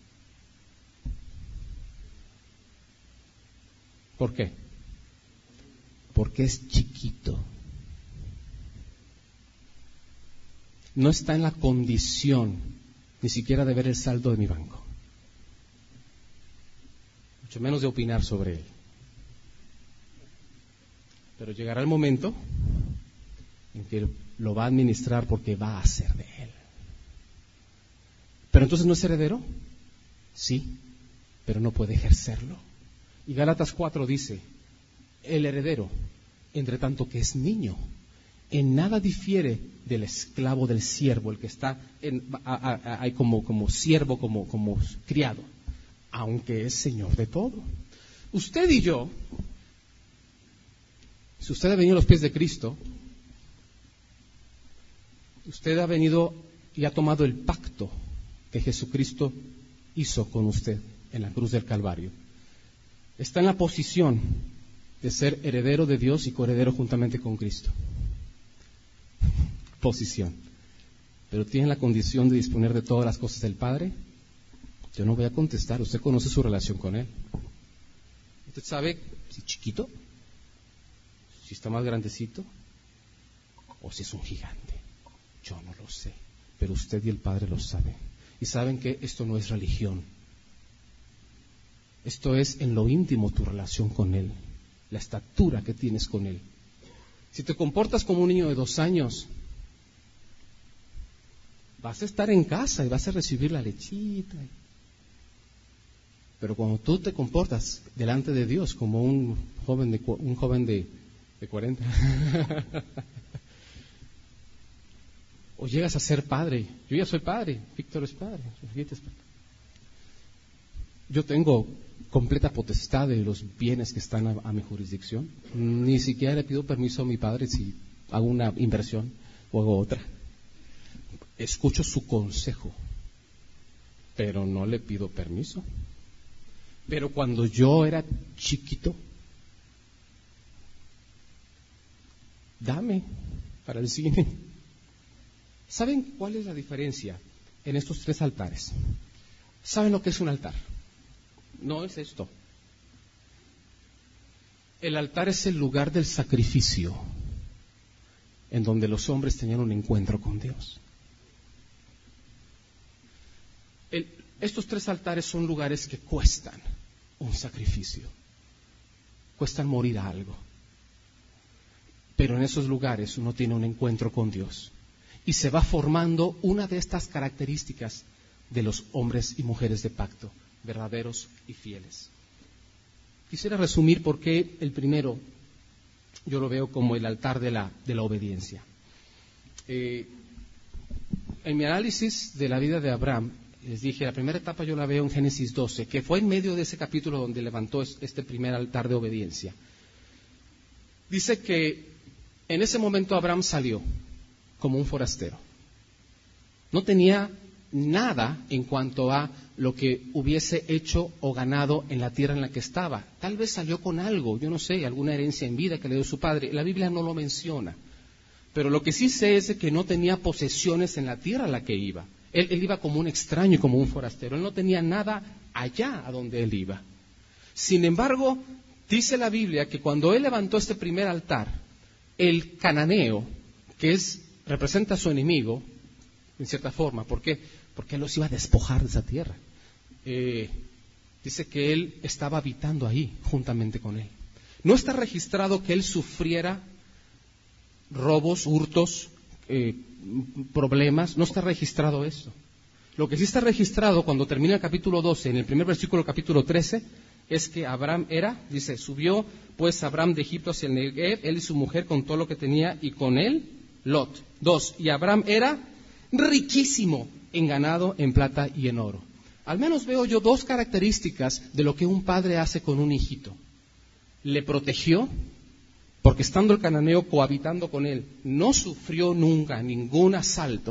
S1: ¿Por qué? Porque es chiquito. No está en la condición ni siquiera de ver el saldo de mi banco, mucho menos de opinar sobre él. Pero llegará el momento en que lo va a administrar porque va a ser de él. ¿Pero entonces no es heredero? Sí, pero no puede ejercerlo. Y Gálatas cuatro dice, el heredero, entre tanto que es niño, en nada difiere del esclavo del siervo, el que está en, a, a, a, a, como, como siervo, como, como criado, aunque es señor de todo. Usted y yo, si usted ha venido a los pies de Cristo, usted ha venido y ha tomado el pacto que Jesucristo hizo con usted en la cruz del Calvario. Está en la posición de ser heredero de Dios y coheredero juntamente con Cristo. posición, pero tiene la condición de disponer de todas las cosas del Padre, yo no voy a contestar. Usted conoce su relación con Él. Usted sabe si es chiquito, si está más grandecito, o si es un gigante. Yo no lo sé, pero usted y el Padre lo saben. Y saben que esto no es religión. Esto es en lo íntimo tu relación con Él, la estatura que tienes con Él. Si te comportas como un niño de dos años, vas a estar en casa y vas a recibir la lechita. Pero cuando tú te comportas delante de Dios como un joven de, un joven de, de cuarenta, o llegas a ser padre, yo ya soy padre, Víctor es padre, yo tengo completa potestad de los bienes que están a, a mi jurisdicción. Ni siquiera le pido permiso a mi padre si hago una inversión o hago otra. Escucho su consejo, pero no le pido permiso. Pero cuando yo era chiquito, dame para el cine. ¿Saben cuál es la diferencia en estos tres altares? ¿Saben lo que es un altar? No es esto. El altar es el lugar del sacrificio, en donde los hombres tenían un encuentro con Dios. El, estos tres altares son lugares que cuestan un sacrificio, cuestan morir a algo. Pero en esos lugares uno tiene un encuentro con Dios y se va formando una de estas características de los hombres y mujeres de pacto, verdaderos y fieles. Quisiera resumir por qué el primero yo lo veo como el altar de la, de la obediencia. Eh, en mi análisis de la vida de Abraham, les dije, la primera etapa yo la veo en Génesis doce, que fue en medio de ese capítulo donde levantó este primer altar de obediencia. Dice que en ese momento Abraham salió como un forastero. No tenía nada en cuanto a lo que hubiese hecho o ganado en la tierra en la que estaba. Tal vez salió con algo, yo no sé, alguna herencia en vida que le dio su padre. La Biblia no lo menciona. Pero lo que sí sé es que no tenía posesiones en la tierra a la que iba. Él, él iba como un extraño y como un forastero. Él no tenía nada allá a donde él iba. Sin embargo, dice la Biblia que cuando él levantó este primer altar, el cananeo, que es representa a su enemigo, en cierta forma, ¿por qué? Porque él los iba a despojar de esa tierra. Eh, dice que él estaba habitando ahí, juntamente con él. No está registrado que él sufriera robos, hurtos, eh, problemas, no está registrado eso. Lo que sí está registrado cuando termina el capítulo doce, en el primer versículo del capítulo trece, es que Abraham era, dice, subió pues Abraham de Egipto hacia el Negev, él y su mujer con todo lo que tenía, y con él Lot. Dos, y Abraham era riquísimo en ganado, en plata y en oro. Al menos veo yo dos características de lo que un padre hace con un hijito. Le protegió, porque estando el cananeo cohabitando con él, no sufrió nunca ningún asalto,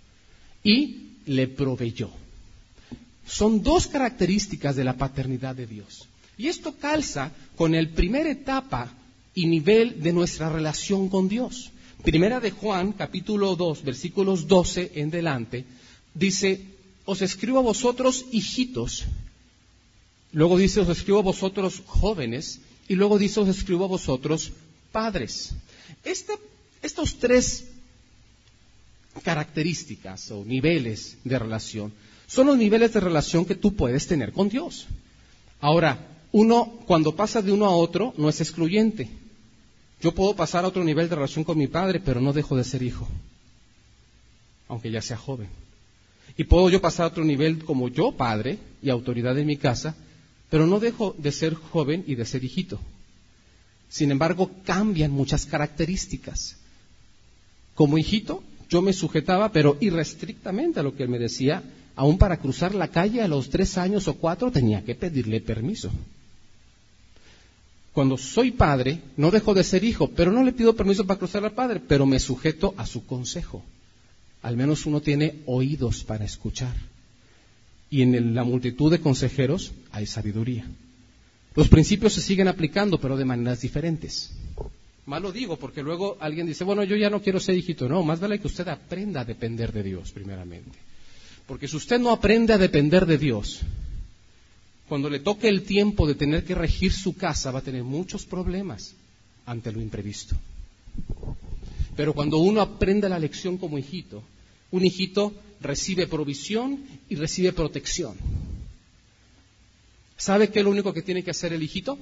S1: y le proveyó. Son dos características de la paternidad de Dios. Y esto calza con el primer etapa y nivel de nuestra relación con Dios. Primera de Juan, capítulo dos, versículos doce en delante, dice, os escribo a vosotros hijitos, luego dice, os escribo a vosotros jóvenes, y luego dice, os escribo a vosotros padres. Esta, estos tres características o niveles de relación son los niveles de relación que tú puedes tener con Dios. Ahora, uno cuando pasa de uno a otro no es excluyente. Yo puedo pasar a otro nivel de relación con mi padre, pero no dejo de ser hijo, aunque ya sea joven. Y puedo yo pasar a otro nivel como yo, padre y autoridad en mi casa, pero no dejo de ser joven y de ser hijito. Sin embargo, cambian muchas características. Como hijito, yo me sujetaba, pero irrestrictamente a lo que él me decía. Aún para cruzar la calle a los tres años o cuatro tenía que pedirle permiso. Cuando soy padre, no dejo de ser hijo, pero no le pido permiso para cruzar al padre, pero me sujeto a su consejo. Al menos uno tiene oídos para escuchar. Y en el, la multitud de consejeros hay sabiduría. Los principios se siguen aplicando, pero de maneras diferentes. Mal lo digo porque luego alguien dice, bueno, yo ya no quiero ser hijito. No, más vale que usted aprenda a depender de Dios primeramente. Porque si usted no aprende a depender de Dios, cuando le toque el tiempo de tener que regir su casa, va a tener muchos problemas ante lo imprevisto. Pero cuando uno aprende la lección como hijito, un hijito recibe provisión y recibe protección. ¿Sabe qué es lo único que tiene que hacer el hijito?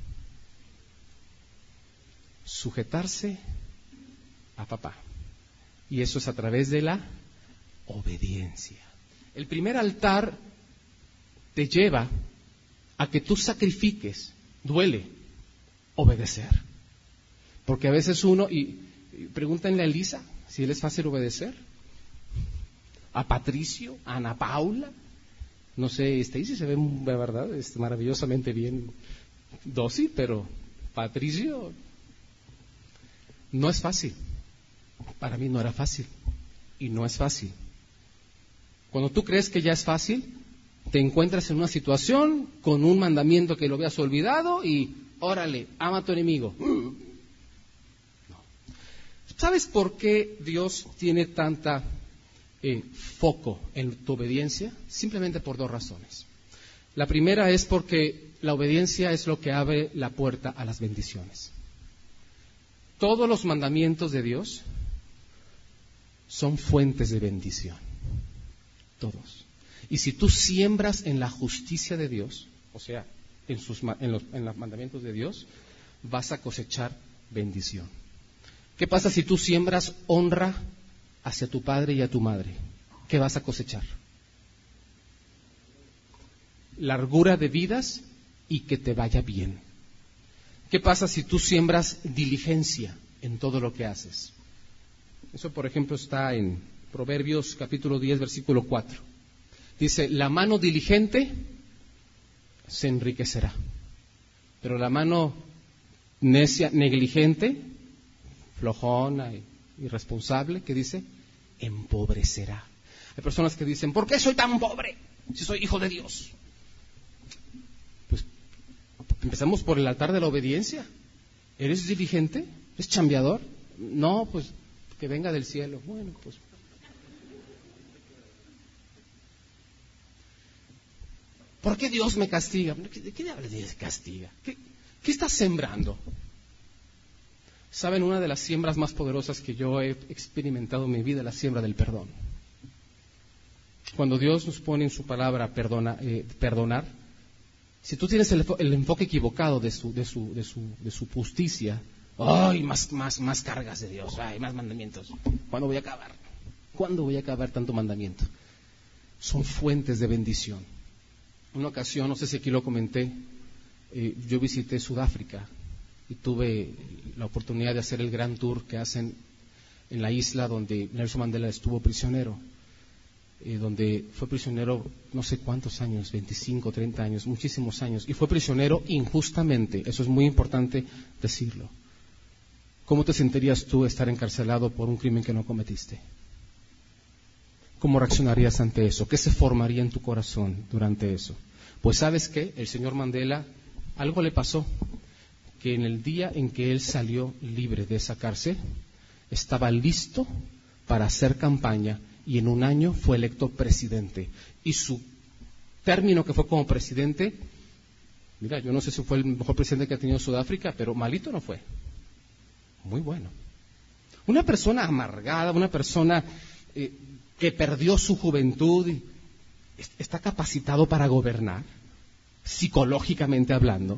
S1: Sujetarse a papá. Y eso es a través de la obediencia. El primer altar te lleva a que tú sacrifiques, duele, obedecer. Porque a veces uno, y, y pregúntenle a Elisa si él es fácil obedecer, a Patricio, a Ana Paula, no sé, Stacy se ve, de verdad, es maravillosamente bien dócil, pero Patricio no es fácil. Para mí no era fácil, y no es fácil. Cuando tú crees que ya es fácil, te encuentras en una situación con un mandamiento que lo habías olvidado y, órale, ama a tu enemigo. No. ¿Sabes por qué Dios tiene tanta eh, foco en tu obediencia? Simplemente por dos razones. La primera es porque la obediencia es lo que abre la puerta a las bendiciones. Todos los mandamientos de Dios son fuentes de bendición. Todos. Y si tú siembras en la justicia de Dios, o sea, en, sus, en, los, en los mandamientos de Dios, vas a cosechar bendición. ¿Qué pasa si tú siembras honra hacia tu padre y a tu madre? ¿Qué vas a cosechar? Largura de vidas y que te vaya bien. ¿Qué pasa si tú siembras diligencia en todo lo que haces? Eso, por ejemplo, está en Proverbios capítulo diez, versículo cuatro. Dice, la mano diligente se enriquecerá, pero la mano necia, negligente, flojona y irresponsable, ¿qué dice? Empobrecerá. Hay personas que dicen, ¿por qué soy tan pobre si soy hijo de Dios? Pues empezamos por el altar de la obediencia. ¿Eres diligente? ¿Eres chambeador? No, pues que venga del cielo. Bueno, pues ¿por qué Dios me castiga? ¿De qué hablas de Dios castiga? ¿Qué, ¿Qué estás sembrando? ¿Saben? Una de las siembras más poderosas que yo he experimentado en mi vida es la siembra del perdón. Cuando Dios nos pone en su palabra perdona, eh, perdonar, si tú tienes el, el enfoque equivocado de su, de su, de su, de su justicia, ¡ay! Más, más, más cargas de Dios, ¡ay! Más mandamientos. ¿Cuándo voy a acabar? ¿Cuándo voy a acabar tanto mandamiento? Son fuentes de bendición. Una ocasión, no sé si aquí lo comenté, eh, yo visité Sudáfrica y tuve la oportunidad de hacer el gran tour que hacen en la isla donde Nelson Mandela estuvo prisionero, eh, donde fue prisionero no sé cuántos años, veinticinco, treinta años, muchísimos años, y fue prisionero injustamente, eso es muy importante decirlo. ¿Cómo te sentirías tú estar encarcelado por un crimen que no cometiste? ¿Cómo reaccionarías ante eso? ¿Qué se formaría en tu corazón durante eso? Pues ¿sabes qué? El señor Mandela, algo le pasó, que en el día en que él salió libre de esa cárcel, estaba listo para hacer campaña y en un año fue electo presidente. Y su término que fue como presidente, mira, yo no sé si fue el mejor presidente que ha tenido Sudáfrica, pero malito no fue. Muy bueno. Una persona amargada, una persona eh, que perdió su juventud, ¿está capacitado para gobernar? Psicológicamente hablando.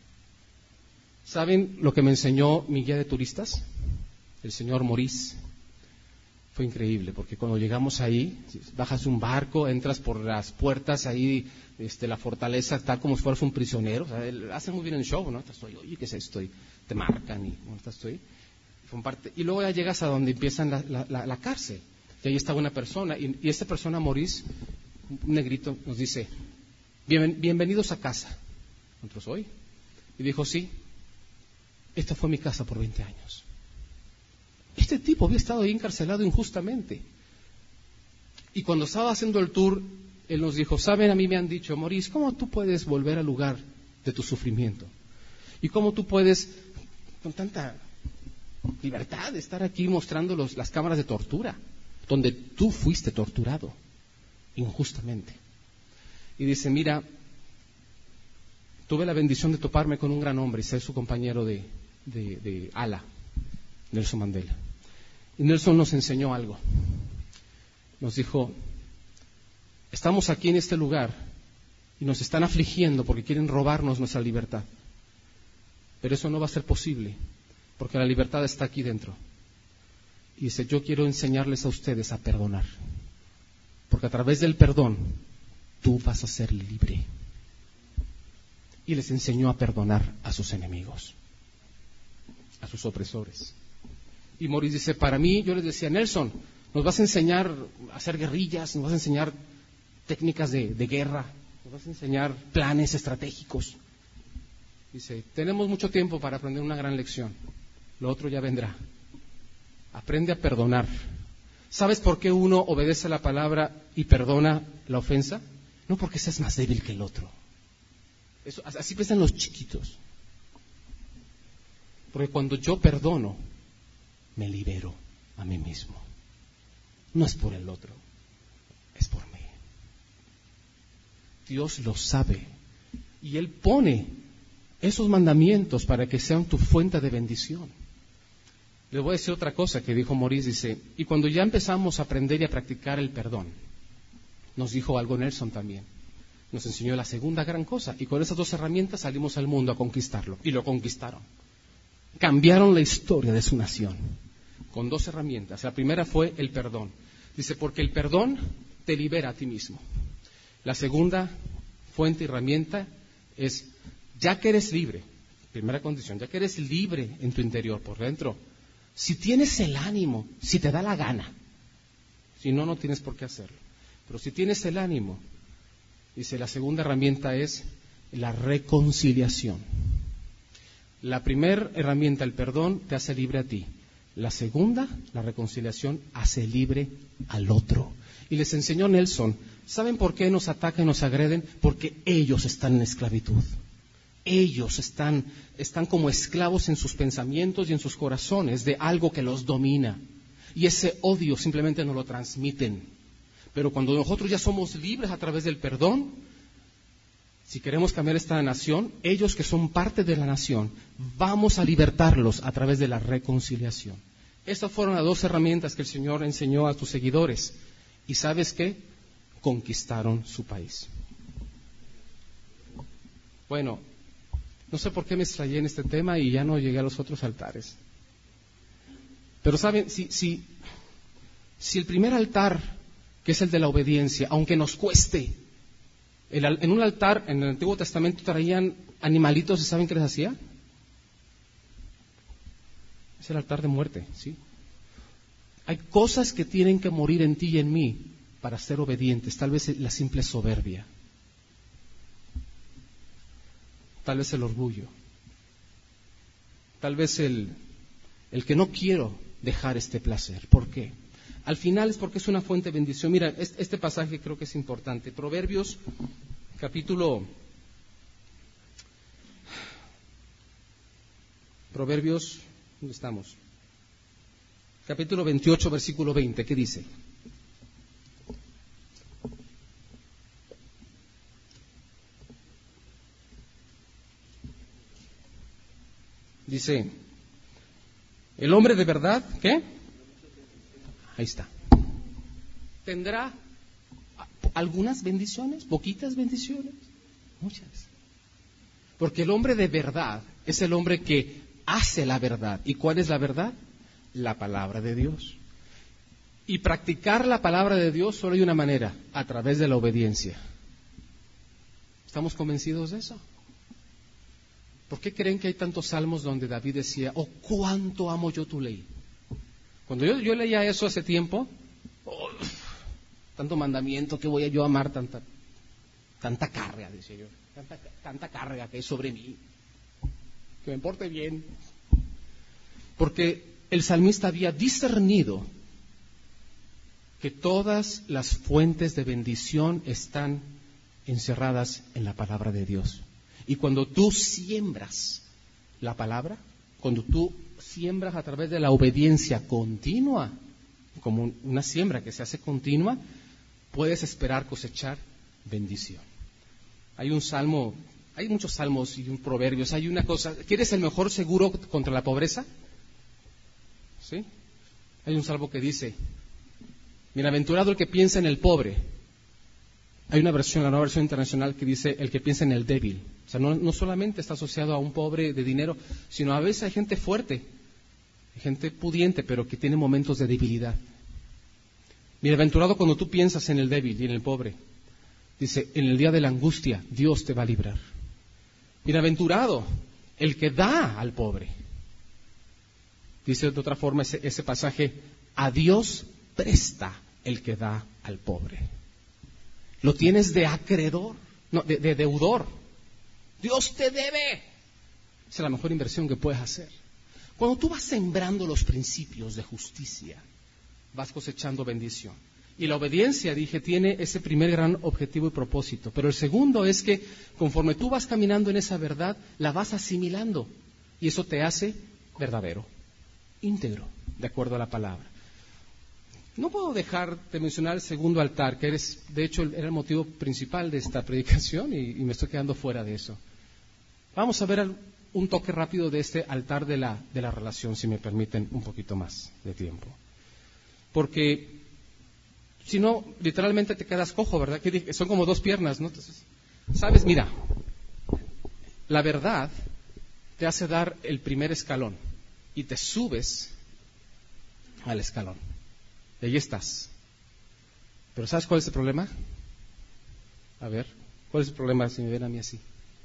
S1: ¿Saben lo que me enseñó mi guía de turistas? El señor Maurice. Fue increíble, porque cuando llegamos ahí, bajas un barco, entras por las puertas ahí, este, la fortaleza está como si fueras un prisionero. O sea, hacen muy bien el show, ¿no? Estoy, oye, ¿qué es esto? Y te marcan y ¿cómo estás? Estoy. Y luego ya llegas a donde empiezan la, la, la, la cárcel. Y ahí estaba una persona, y, y esta persona, Maurice, un negrito, nos dice, Bien, bienvenidos a casa. Nosotros hoy. Y dijo, sí, esta fue mi casa por veinte años. Este tipo había estado ahí encarcelado injustamente. Y cuando estaba haciendo el tour, él nos dijo, saben, a mí me han dicho, Maurice, ¿cómo tú puedes volver al lugar de tu sufrimiento? ¿Y cómo tú puedes, con tanta libertad de estar aquí mostrando los, las cámaras de tortura, donde tú fuiste torturado injustamente. Y dice, mira, tuve la bendición de toparme con un gran hombre y ser su compañero de, de, de ala, Nelson Mandela. Y Nelson nos enseñó algo. Nos dijo, estamos aquí en este lugar y nos están afligiendo porque quieren robarnos nuestra libertad. Pero eso no va a ser posible, porque la libertad está aquí dentro. Y dice, yo quiero enseñarles a ustedes a perdonar, porque a través del perdón tú vas a ser libre. Y les enseñó a perdonar a sus enemigos, a sus opresores. Y Maurice dice, para mí, yo les decía, Nelson, nos vas a enseñar a hacer guerrillas, nos vas a enseñar técnicas de, de guerra, nos vas a enseñar planes estratégicos. Dice, tenemos mucho tiempo para aprender una gran lección, lo otro ya vendrá. Aprende a perdonar. ¿Sabes por qué uno obedece la palabra y perdona la ofensa? No porque seas más débil que el otro. Eso, así piensan los chiquitos. Porque cuando yo perdono, me libero a mí mismo. No es por el otro, es por mí. Dios lo sabe y Él pone esos mandamientos para que sean tu fuente de bendición. Les voy a decir otra cosa que dijo Maurice, dice, y cuando ya empezamos a aprender y a practicar el perdón, nos dijo algo Nelson también, nos enseñó la segunda gran cosa, y con esas dos herramientas salimos al mundo a conquistarlo, y lo conquistaron. Cambiaron la historia de su nación, con dos herramientas. La primera fue el perdón. Dice, porque el perdón te libera a ti mismo. La segunda fuente y herramienta es, ya que eres libre, primera condición, ya que eres libre en tu interior, por dentro, si tienes el ánimo, si te da la gana, si no, no tienes por qué hacerlo, pero si tienes el ánimo, dice, la segunda herramienta es la reconciliación. La primera herramienta, el perdón, te hace libre a ti. La segunda, la reconciliación, hace libre al otro. Y les enseñó Nelson, ¿saben por qué nos atacan y nos agreden? Porque ellos están en esclavitud. Ellos están, están como esclavos en sus pensamientos y en sus corazones de algo que los domina. Y ese odio simplemente nos lo transmiten. Pero cuando nosotros ya somos libres a través del perdón, si queremos cambiar esta nación, ellos que son parte de la nación, vamos a libertarlos a través de la reconciliación. Estas fueron las dos herramientas que el Señor enseñó a sus seguidores. ¿Y sabes qué? Conquistaron su país. Bueno, no sé por qué me extrañé en este tema y ya no llegué a los otros altares. Pero saben, si, si, si el primer altar, que es el de la obediencia, aunque nos cueste, el, en un altar, en el Antiguo Testamento traían animalitos, ¿y saben qué les hacía? Es el altar de muerte, ¿sí? Hay cosas que tienen que morir en ti y en mí para ser obedientes, tal vez la simple soberbia. Tal vez el orgullo, tal vez el, el que no quiero dejar este placer. ¿Por qué? Al final es porque es una fuente de bendición. Mira, este, este pasaje creo que es importante. Proverbios, capítulo... Proverbios, ¿dónde estamos? Capítulo veintiocho, versículo veinte, ¿qué dice? Dice, el hombre de verdad, ¿qué? Ahí está. Tendrá algunas bendiciones, poquitas bendiciones, muchas. Porque el hombre de verdad es el hombre que hace la verdad. ¿Y cuál es la verdad? La palabra de Dios. Y practicar la palabra de Dios solo hay una manera, a través de la obediencia. ¿Estamos convencidos de eso? ¿Por qué creen que hay tantos salmos donde David decía, oh, cuánto amo yo tu ley? Cuando yo, yo leía eso hace tiempo, oh, tanto mandamiento que voy a yo amar, tanta, tanta carga, decía yo, tanta, tanta carga que hay sobre mí, que me porte bien. Porque el salmista había discernido que todas las fuentes de bendición están encerradas en la palabra de Dios. Y cuando tú siembras la palabra, cuando tú siembras a través de la obediencia continua, como una siembra que se hace continua, puedes esperar cosechar bendición. Hay un salmo, hay muchos salmos y un proverbios, hay una cosa, ¿quieres el mejor seguro contra la pobreza? ¿Sí? Hay un salmo que dice, bienaventurado el que piensa en el pobre. Hay una versión, la nueva versión internacional, que dice el que piensa en el débil. O sea, no, no solamente está asociado a un pobre de dinero, sino a veces hay gente fuerte, hay gente pudiente, pero que tiene momentos de debilidad. Bienaventurado cuando tú piensas en el débil y en el pobre. Dice, en el día de la angustia, Dios te va a librar. Bienaventurado el que da al pobre. Dice de otra forma ese, ese pasaje, a Dios presta el que da al pobre. Lo tienes de acreedor, no, de, de deudor. Dios te debe. Esa es la mejor inversión que puedes hacer. Cuando tú vas sembrando los principios de justicia, vas cosechando bendición. Y la obediencia, dije, tiene ese primer gran objetivo y propósito. Pero el segundo es que conforme tú vas caminando en esa verdad, la vas asimilando. Y eso te hace verdadero, íntegro, de acuerdo a la palabra. No puedo dejar de mencionar el segundo altar, que eres, de hecho era el motivo principal de esta predicación y, y me estoy quedando fuera de eso. Vamos a ver un toque rápido de este altar de la, de la relación, si me permiten un poquito más de tiempo. Porque si no, literalmente te quedas cojo, ¿verdad? Que son como dos piernas, ¿no? Entonces, ¿sabes? Mira, la verdad te hace dar el primer escalón y te subes al escalón. Y ahí estás. Pero ¿sabes cuál es el problema? A ver, ¿cuál es el problema si me ven a mí así?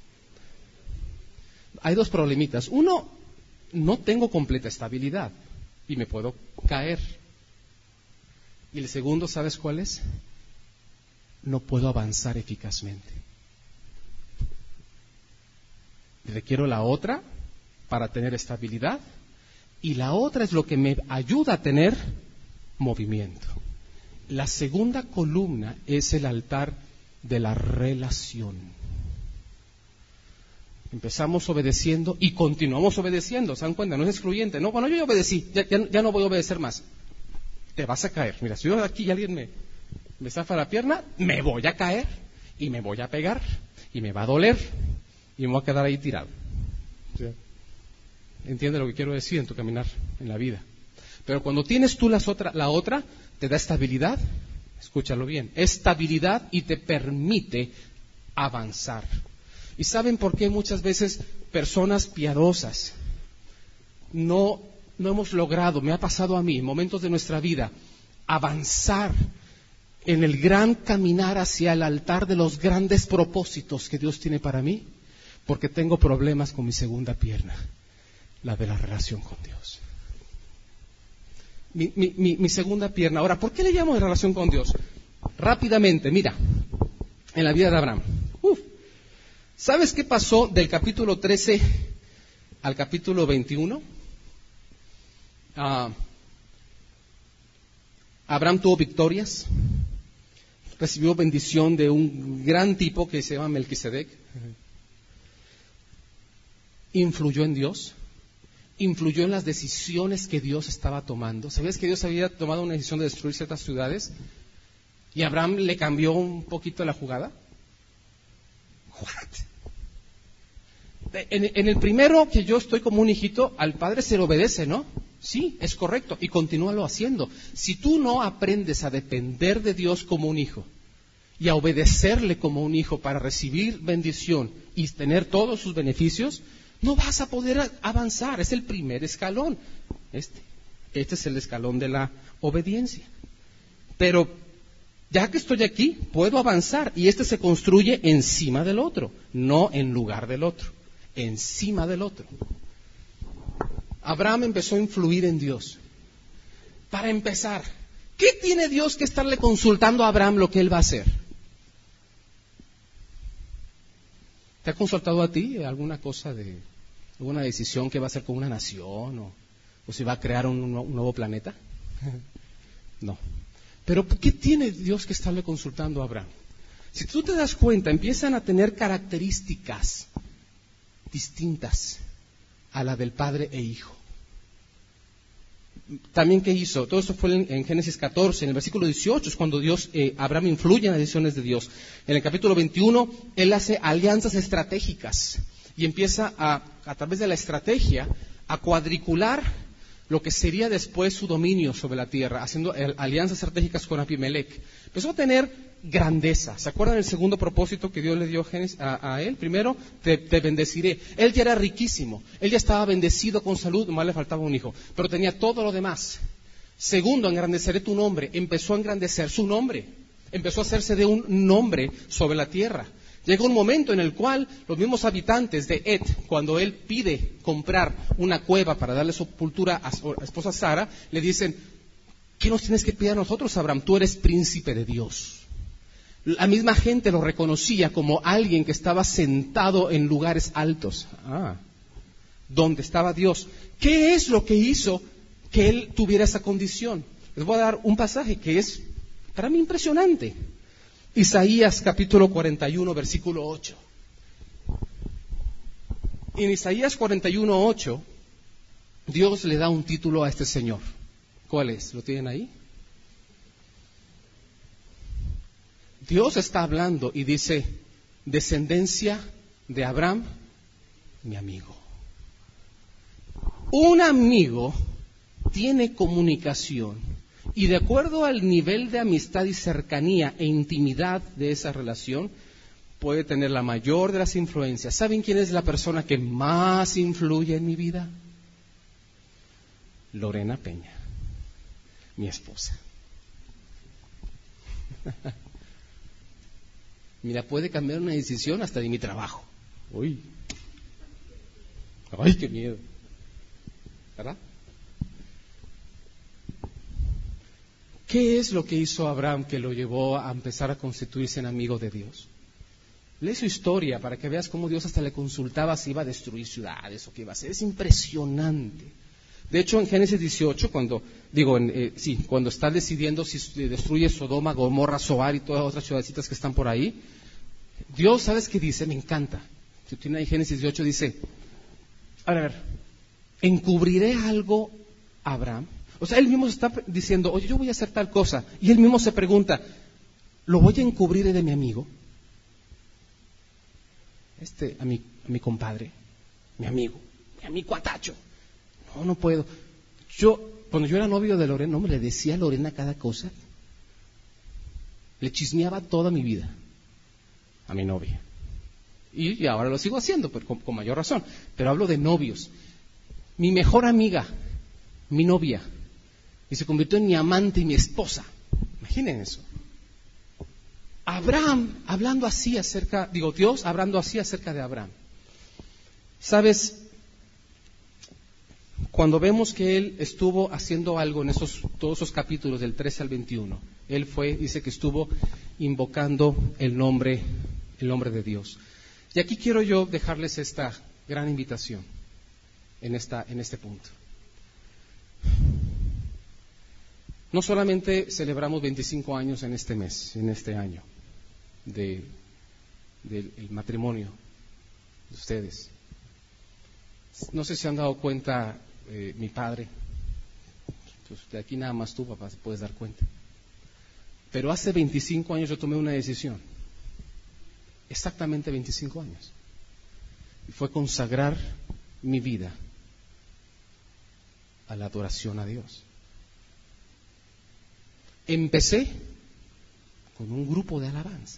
S1: Hay dos problemitas. Uno, no tengo completa estabilidad y me puedo caer. Y el segundo, ¿sabes cuál es? No puedo avanzar eficazmente. Requiero la otra para tener estabilidad y la otra es lo que me ayuda a tener movimiento. La segunda columna es el altar de la relación. Empezamos obedeciendo y continuamos obedeciendo. ¿Se dan cuenta? No es excluyente. No, bueno, yo ya obedecí, ya, ya, ya no voy a obedecer más. Te vas a caer. Mira, si yo aquí y alguien me, me zafa la pierna, me voy a caer y me voy a pegar y me va a doler y me voy a quedar ahí tirado. ¿Sí? ¿Entiendes lo que quiero decir en tu caminar en la vida? Pero cuando tienes tú las otra, la otra, te da estabilidad, escúchalo bien, estabilidad y te permite avanzar. ¿Y saben por qué muchas veces personas piadosas no, no hemos logrado, me ha pasado a mí, en momentos de nuestra vida, avanzar en el gran caminar hacia el altar de los grandes propósitos que Dios tiene para mí? Porque tengo problemas con mi segunda pierna, la de la relación con Dios. Mi, mi, mi, mi segunda pierna. Ahora, ¿por qué le llamo de relación con Dios? Rápidamente, mira, en la vida de Abraham. Uf. ¿Sabes qué pasó del capítulo trece al capítulo veintiuno? Uh, Abraham tuvo victorias, recibió bendición de un gran tipo que se llama Melquisedec, influyó en Dios, influyó en las decisiones que Dios estaba tomando. ¿Sabías que Dios había tomado una decisión de destruir ciertas ciudades? ¿Y Abraham le cambió un poquito la jugada? What? En, en el primero que yo estoy como un hijito, al padre se le obedece, ¿no? Sí, es correcto, y continúalo haciendo. Si tú no aprendes a depender de Dios como un hijo y a obedecerle como un hijo para recibir bendición y tener todos sus beneficios, no vas a poder avanzar. Es el primer escalón. Este, este es el escalón de la obediencia. Pero ya que estoy aquí, puedo avanzar. Y este se construye encima del otro, no en lugar del otro, encima del otro. Abraham empezó a influir en Dios. Para empezar, ¿qué tiene Dios que estarle consultando a Abraham lo que él va a hacer? ¿Te ha consultado a ti alguna cosa de alguna decisión que va a hacer con una nación o, o si va a crear un, un nuevo planeta? No. Pero ¿qué tiene Dios que estarle consultando a Abraham? Si tú te das cuenta, empiezan a tener características distintas a la del padre e hijo. también, ¿qué hizo? Todo esto fue en, en Génesis catorce, en el versículo dieciocho, es cuando Dios, eh, Abraham influye en las decisiones de Dios. En el capítulo veintiuno, él hace alianzas estratégicas y empieza a, a través de la estrategia, a cuadricular lo que sería después su dominio sobre la tierra, haciendo alianzas estratégicas con Abimelech. Empezó a tener grandeza. ¿Se acuerdan del segundo propósito que Dios le dio a, a él? Primero, te, te bendeciré. Él ya era riquísimo, él ya estaba bendecido con salud, nomás le faltaba un hijo, pero tenía todo lo demás. Segundo, engrandeceré tu nombre. Empezó a engrandecer su nombre, empezó a hacerse de un nombre sobre la tierra. Llegó un momento en el cual los mismos habitantes de Et, cuando él pide comprar una cueva para darle sepultura a su esposa Sara, le dicen: ¿qué nos tienes que pedir a nosotros, Abraham? Tú eres príncipe de Dios. La misma gente lo reconocía como alguien que estaba sentado en lugares altos. Ah, donde estaba Dios. ¿Qué es lo que hizo que él tuviera esa condición? Les voy a dar un pasaje que es para mí impresionante. Isaías capítulo cuarenta y uno, versículo ocho. En Isaías cuarenta y uno, ocho, Dios le da un título a este señor. ¿Cuál es? ¿Lo tienen ahí? Dios está hablando y dice: descendencia de Abraham, mi amigo. Un amigo tiene comunicación. Y de acuerdo al nivel de amistad y cercanía e intimidad de esa relación, puede tener la mayor de las influencias. ¿Saben quién es la persona que más influye en mi vida? Lorena Peña, mi esposa. Mira, puede cambiar una decisión hasta de mi trabajo. Uy, ay, qué miedo, ¿verdad? ¿Qué es lo que hizo Abraham que lo llevó a empezar a constituirse en amigo de Dios? Lee su historia para que veas cómo Dios hasta le consultaba si iba a destruir ciudades o qué iba a hacer. Es impresionante. De hecho, en Génesis dieciocho, cuando digo, en, eh, sí, cuando está decidiendo si destruye Sodoma, Gomorra, Zoar y todas las otras ciudadcitas que están por ahí, Dios, ¿sabes qué dice? Me encanta. Si tiene ahí Génesis dieciocho, dice: a ver, ¿encubriré algo a Abraham? O sea, él mismo está diciendo: oye, yo voy a hacer tal cosa. Y él mismo se pregunta: ¿lo voy a encubrir de mi amigo? Este, a mi, a mi compadre, mi amigo, a mi cuatacho. No, no puedo. Yo, cuando yo era novio de Lorena, no me le decía a Lorena cada cosa. Le chismeaba toda mi vida a mi novia. Y, y ahora lo sigo haciendo, pero con, con mayor razón. Pero hablo de novios. Mi mejor amiga, mi novia, y se convirtió en mi amante y mi esposa. Imaginen eso. Abraham hablando así acerca, digo, Dios hablando así acerca de Abraham. ¿Sabes? Cuando vemos que él estuvo haciendo algo en esos, todos esos capítulos del trece al veintiuno, él fue, dice que estuvo invocando el nombre, el nombre de Dios. Y aquí quiero yo dejarles esta gran invitación en esta, en este punto. No solamente celebramos veinticinco años en este mes, en este año, de, del el matrimonio de ustedes. No sé si se han dado cuenta, eh, mi padre, pues de aquí nada más tú, papá, se puedes dar cuenta. Pero hace veinticinco años yo tomé una decisión, exactamente veinticinco años, y fue consagrar mi vida a la adoración a Dios. Empecé con un grupo de alabanza,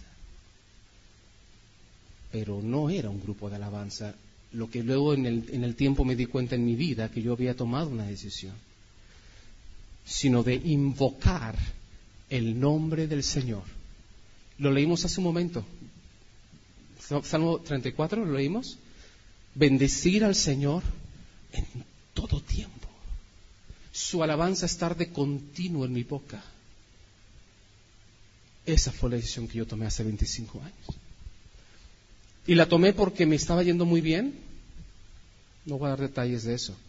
S1: pero no era un grupo de alabanza. Lo que luego en el, en el tiempo me di cuenta en mi vida, que yo había tomado una decisión, sino de invocar el nombre del Señor. Lo leímos hace un momento, Salmo treinta y cuatro, ¿lo leímos? Bendecir al Señor en todo tiempo, su alabanza estar de continuo en mi boca. Esa fue la decisión que yo tomé hace veinticinco años. Y la tomé porque me estaba yendo muy bien. No voy a dar detalles de eso.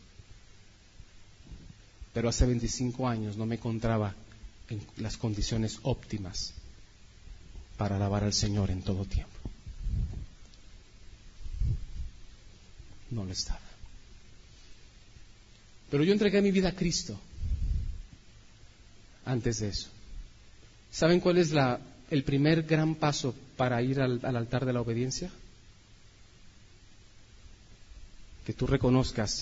S1: Pero hace veinticinco años no me encontraba en las condiciones óptimas para alabar al Señor en todo tiempo. No lo estaba. Pero yo entregué mi vida a Cristo antes de eso. ¿Saben cuál es la, el primer gran paso para ir al, al altar de la obediencia? Que tú reconozcas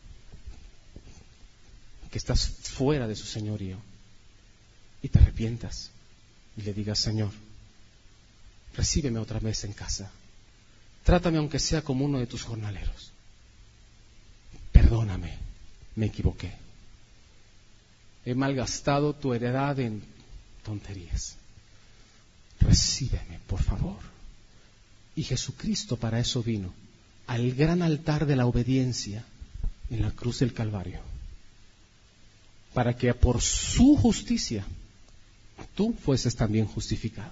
S1: que estás fuera de su señorío y te arrepientas y le digas: Señor, recíbeme otra vez en casa, trátame aunque sea como uno de tus jornaleros, perdóname, me equivoqué, he malgastado tu heredad en tonterías, recíbeme por favor. Y Jesucristo para eso vino, al gran altar de la obediencia en la cruz del Calvario, para que por su justicia tú fueses también justificado.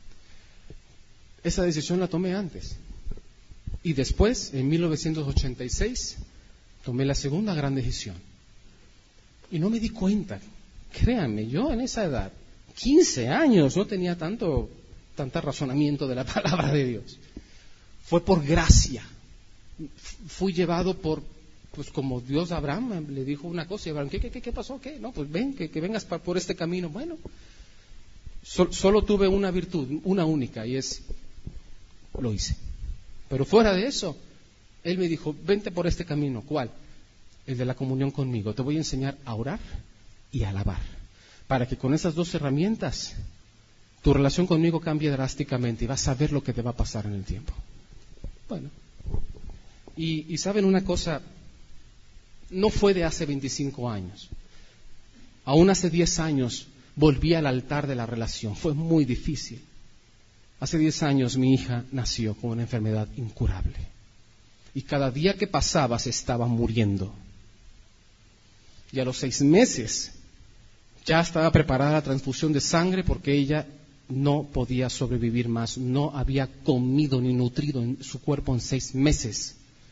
S1: Esa decisión la tomé antes. Y después, en mil novecientos ochenta y seis, tomé la segunda gran decisión. Y no me di cuenta. Créanme, yo en esa edad, quince años, no tenía tanto, tanto razonamiento de la palabra de Dios. Fue por gracia. Fui llevado por, pues como Dios a Abraham le dijo una cosa, y Abraham, ¿qué, qué, qué pasó? ¿Qué? No, pues ven, que, que vengas pa, por este camino. Bueno, so, solo tuve una virtud, una única, y es, lo hice. Pero fuera de eso, Él me dijo, vente por este camino. ¿Cuál? El de la comunión conmigo. Te voy a enseñar a orar y a alabar, para que con esas dos herramientas tu relación conmigo cambie drásticamente y vas a ver lo que te va a pasar en el tiempo. Bueno, y, y saben una cosa, no fue de hace veinticinco años, aún hace diez años volví al altar de la relación, fue muy difícil. Hace diez años mi hija nació con una enfermedad incurable y cada día que pasaba se estaba muriendo. Y a los seis meses ya estaba preparada la transfusión de sangre porque ella no podía sobrevivir más, no había comido ni nutrido en su cuerpo en seis meses.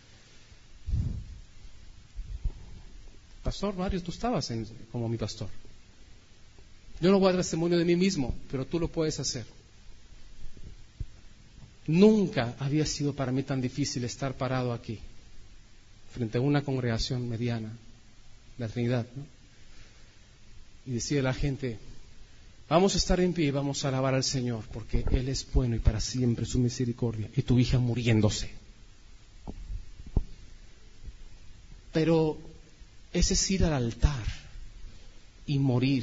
S1: Pastor Mario, tú estabas en, como mi pastor. Yo no voy a dar testimonio de mí mismo, pero tú lo puedes hacer. Nunca había sido para mí tan difícil estar parado aquí, frente a una congregación mediana, la Trinidad, ¿no? Y decirle a la gente, vamos a estar en pie y vamos a alabar al Señor, porque Él es bueno y para siempre su misericordia. Y tu hija muriéndose. Pero ese es ir al altar y morir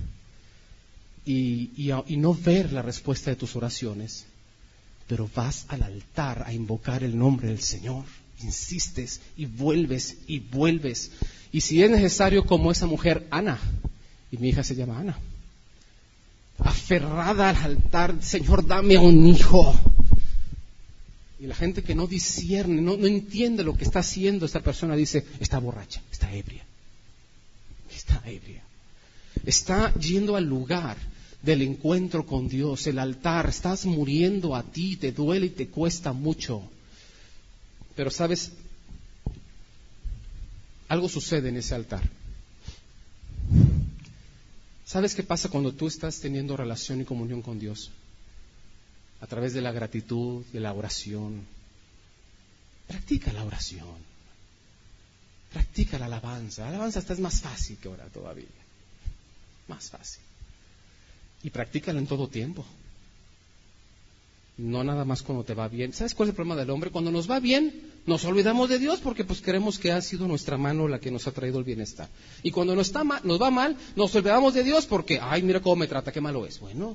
S1: y, y, y no ver la respuesta de tus oraciones, pero vas al altar a invocar el nombre del Señor, insistes y vuelves y vuelves, y si es necesario, como esa mujer Ana, y mi hija se llama Ana, aferrada al altar, Señor, dame un hijo. Y la gente que no discierne, no, no entiende lo que está haciendo esta persona, dice, está borracha, está ebria, está ebria. Está yendo al lugar del encuentro con Dios, el altar, estás muriendo a ti, te duele y te cuesta mucho. Pero sabes, algo sucede en ese altar. ¿Sabes qué pasa cuando tú estás teniendo relación y comunión con Dios? A través de la gratitud, de la oración. Practica la oración. Practica la alabanza. La alabanza hasta es más fácil que orar todavía. Más fácil. Y practícala en todo tiempo. No nada más cuando te va bien. ¿Sabes cuál es el problema del hombre? Cuando nos va bien, nos olvidamos de Dios porque pues creemos que ha sido nuestra mano la que nos ha traído el bienestar. Y cuando nos, está mal, nos va mal, nos olvidamos de Dios porque, ay, mira cómo me trata, qué malo es. Bueno,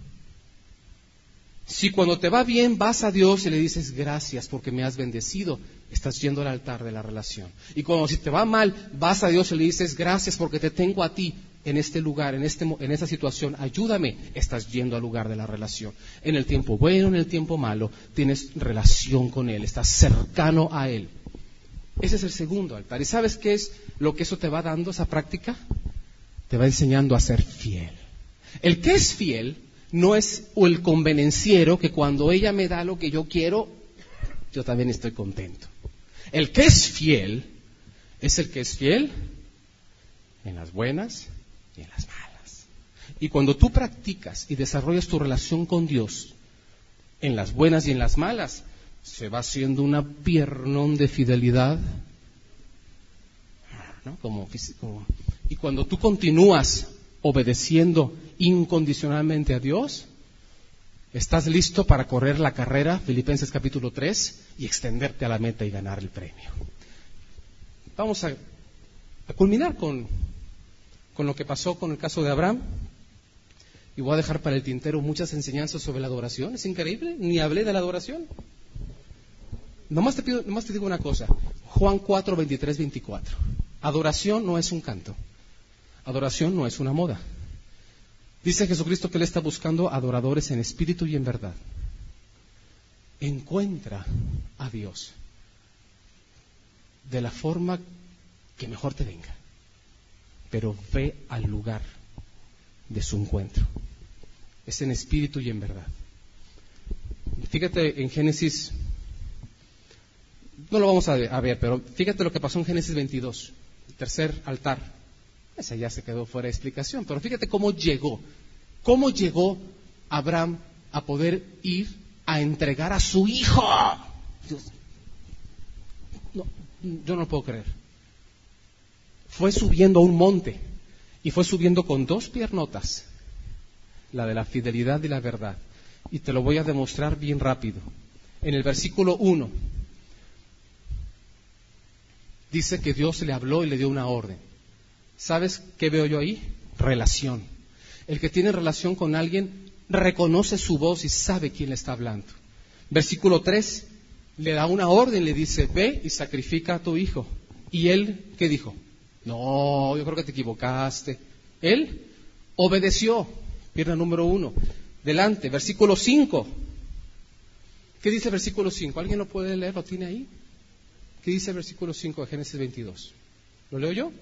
S1: si cuando te va bien vas a Dios y le dices gracias porque me has bendecido, estás yendo al altar de la relación. Y cuando si te va mal, vas a Dios y le dices gracias porque te tengo a ti en este lugar, en, este, en esta situación, ayúdame, estás yendo al lugar de la relación. En el tiempo bueno, en el tiempo malo, tienes relación con Él, estás cercano a Él. Ese es el segundo altar. ¿Y sabes qué es lo que eso te va dando, esa práctica? Te va enseñando a ser fiel. El que es fiel no es el convenenciero que cuando ella me da lo que yo quiero, yo también estoy contento. El que es fiel es el que es fiel en las buenas y en las malas. Y cuando tú practicas y desarrollas tu relación con Dios en las buenas y en las malas, se va haciendo una piernón de fidelidad, ¿no? Como, como, y cuando tú continúas obedeciendo incondicionalmente a Dios, estás listo para correr la carrera, Filipenses capítulo tres, y extenderte a la meta y ganar el premio. Vamos a, a culminar con, con lo que pasó con el caso de Abraham. Y voy a dejar para el tintero muchas enseñanzas sobre la adoración. Es increíble, ni hablé de la adoración. Nomás te pido, nomás te digo una cosa. Juan cuatro, veintitrés, veinticuatro. Adoración no es un canto. Adoración no es una moda. Dice Jesucristo que Él está buscando adoradores en espíritu y en verdad. Encuentra a Dios de la forma que mejor te venga, pero ve al lugar de su encuentro. Es en espíritu y en verdad. Fíjate en Génesis, no lo vamos a ver, pero fíjate lo que pasó en Génesis veintidós, el tercer altar. Ese ya se quedó fuera de explicación, pero fíjate cómo llegó, cómo llegó Abraham a poder ir a entregar a su hijo. Dios, no, yo no lo puedo creer. Fue subiendo a un monte y fue subiendo con dos piernotas, la de la fidelidad y la verdad. Y te lo voy a demostrar bien rápido. En el versículo uno dice que Dios le habló y le dio una orden. ¿Sabes qué veo yo ahí? Relación. El que tiene relación con alguien reconoce su voz y sabe quién le está hablando. Versículo tres le da una orden, le dice, ve y sacrifica a tu hijo. Y él, ¿qué dijo? No, yo creo que te equivocaste. Él obedeció. Pierna número uno. Delante, versículo cinco. ¿Qué dice el versículo cinco? ¿Alguien lo puede leer? ¿Lo tiene ahí? ¿Qué dice el versículo cinco de Génesis veintidós? ¿Lo leo yo?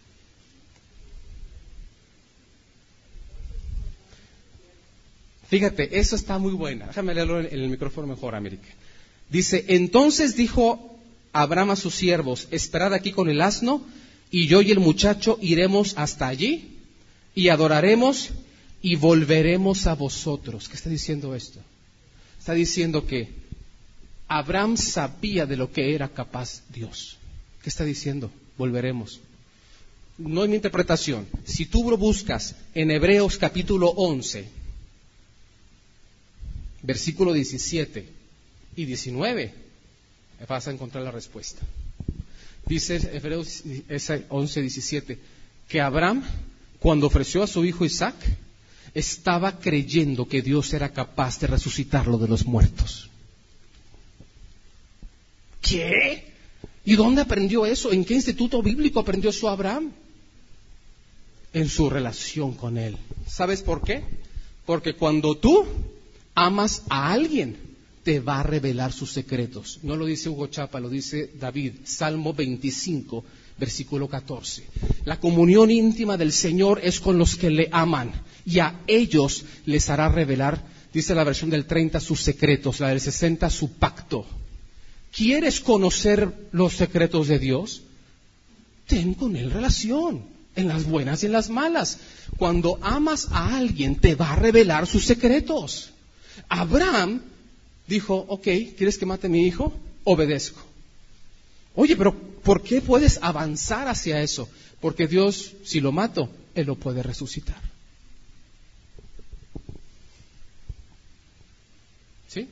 S1: Fíjate, eso está muy buena. Déjame leerlo en el micrófono mejor, América. Dice, entonces dijo Abraham a sus siervos, esperad aquí con el asno, y yo y el muchacho iremos hasta allí, y adoraremos, y volveremos a vosotros. ¿Qué está diciendo esto? Está diciendo que Abraham sabía de lo que era capaz Dios. ¿Qué está diciendo? Volveremos. No es mi interpretación. Si tú lo buscas en Hebreos capítulo once, versículo diecisiete y diecinueve, vas a encontrar la respuesta. Dice Hebreos once, diecisiete, que Abraham, cuando ofreció a su hijo Isaac, estaba creyendo que Dios era capaz de resucitarlo de los muertos. ¿Qué? ¿Y dónde aprendió eso? ¿En qué instituto bíblico aprendió eso Abraham? En su relación con él. ¿Sabes por qué? Porque cuando tú amas a alguien, te va a revelar sus secretos. No lo dice Hugo Chapa, lo dice David, Salmo veinticinco, versículo catorce. La comunión íntima del Señor es con los que le aman, y a ellos les hará revelar, dice la versión del treinta, sus secretos, la del sesenta, su pacto. ¿Quieres conocer los secretos de Dios? Ten con Él relación, en las buenas y en las malas. Cuando amas a alguien, te va a revelar sus secretos. Abraham dijo, ok, ¿quieres que mate a mi hijo? Obedezco. Oye, pero ¿por qué puedes avanzar hacia eso? Porque Dios, si lo mato, Él lo puede resucitar. ¿Sí?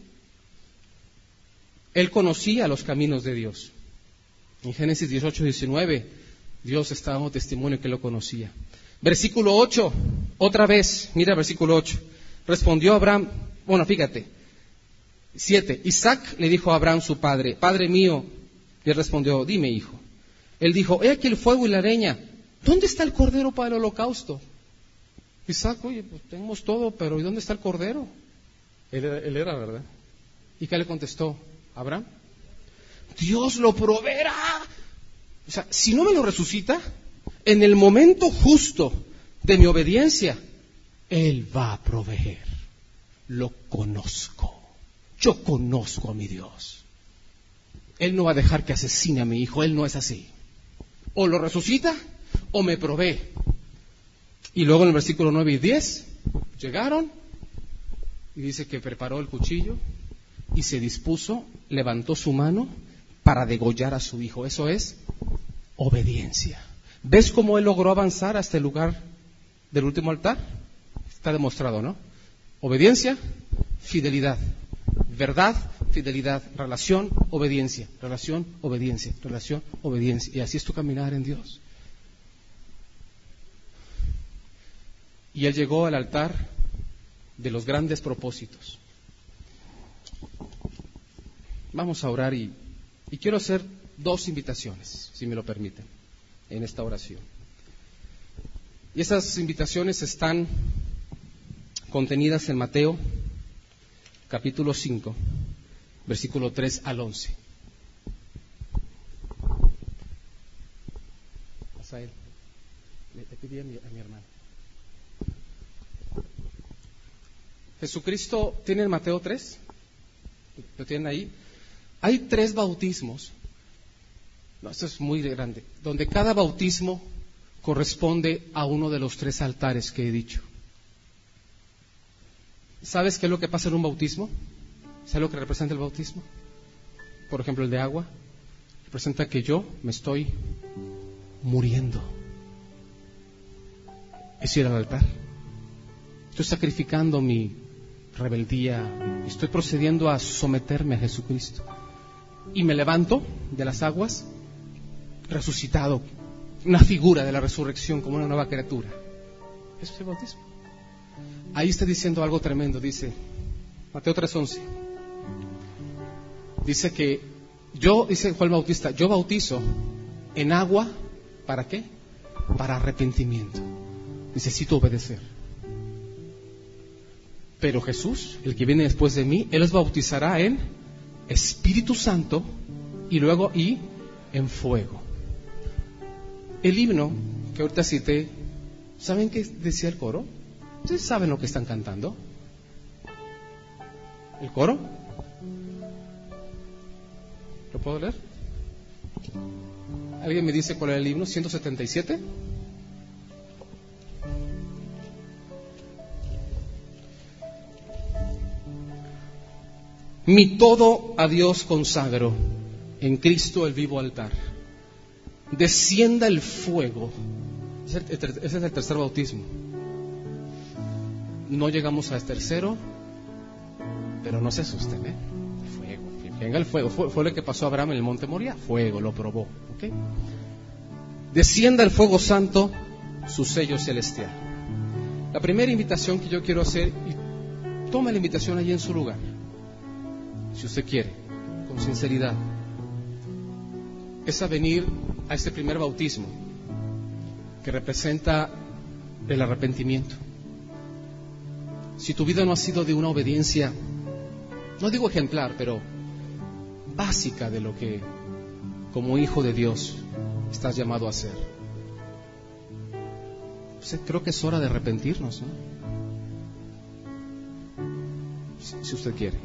S1: Él conocía los caminos de Dios. En Génesis dieciocho, diecinueve, Dios está dando testimonio que lo conocía. Versículo ocho, otra vez, mira versículo ocho. Respondió Abraham, bueno, fíjate, siete. Isaac le dijo a Abraham su padre, Padre mío, le respondió, dime hijo. Él dijo, he aquí el fuego y la leña, ¿dónde está el cordero para el holocausto? Isaac, oye, pues tenemos todo, pero ¿y dónde está el cordero? Él era, él era, ¿verdad? ¿Y qué le contestó Abraham? Dios lo proveerá. O sea, si no me lo resucita, en el momento justo de mi obediencia, Él va a proveer. Lo conozco. Yo conozco a mi Dios. Él no va a dejar que asesine a mi hijo. Él no es así. O lo resucita o me provee. Y luego en el versículo nueve y diez llegaron y dice que preparó el cuchillo y se dispuso, levantó su mano para degollar a su hijo. Eso es obediencia. ¿Ves cómo él logró avanzar hasta el lugar del último altar? Está demostrado, ¿no? Obediencia, fidelidad. Verdad, fidelidad. Relación, obediencia. Relación, obediencia. Relación, obediencia. Y así es tu caminar en Dios. Y Él llegó al altar de los grandes propósitos. Vamos a orar y, y quiero hacer dos invitaciones, si me lo permiten, en esta oración. Y esas invitaciones están contenidas en Mateo, capítulo cinco, versículo tres al once. Asael, le, le pedí a mi, a mi hermano. Jesucristo tiene en Mateo tres, lo tienen ahí. Hay tres bautismos, no, esto es muy grande, donde cada bautismo corresponde a uno de los tres altares que he dicho. ¿Sabes qué es lo que pasa en un bautismo? ¿Sabes lo que representa el bautismo? Por ejemplo, el de agua representa que yo me estoy muriendo. Es ir al altar. Estoy sacrificando mi rebeldía, estoy procediendo a someterme a Jesucristo. Y me levanto de las aguas resucitado, una figura de la resurrección como una nueva criatura. Eso es el bautismo. Ahí está diciendo algo tremendo, dice Mateo tres once. Dice que yo, dice Juan Bautista, yo bautizo en agua, ¿para qué? Para arrepentimiento. Necesito obedecer. Pero Jesús, el que viene después de mí, Él os bautizará en Espíritu Santo y luego y en fuego. El himno que ahorita cité, ¿saben qué decía el coro? ¿Ustedes saben lo que están cantando? ¿El coro? ¿Lo puedo leer? ¿Alguien me dice cuál es el himno? ¿ciento setenta y siete? Mi todo a Dios consagro, en Cristo el vivo altar. Descienda el fuego. Ese es el tercer bautismo. No llegamos al tercero, pero no se asusten, ¿eh? Fuego, venga el fuego. Fue, fue lo que pasó a Abraham en el monte Moria. Fuego, lo probó, ¿ok? Descienda el fuego santo, su sello celestial. La primera invitación que yo quiero hacer, y tome la invitación allí en su lugar, si usted quiere, con sinceridad, es a venir a este primer bautismo que representa el arrepentimiento. Si tu vida no ha sido de una obediencia, no digo ejemplar, pero básica de lo que como hijo de Dios estás llamado a hacer, pues creo que es hora de arrepentirnos, ¿no? Si, si usted quiere.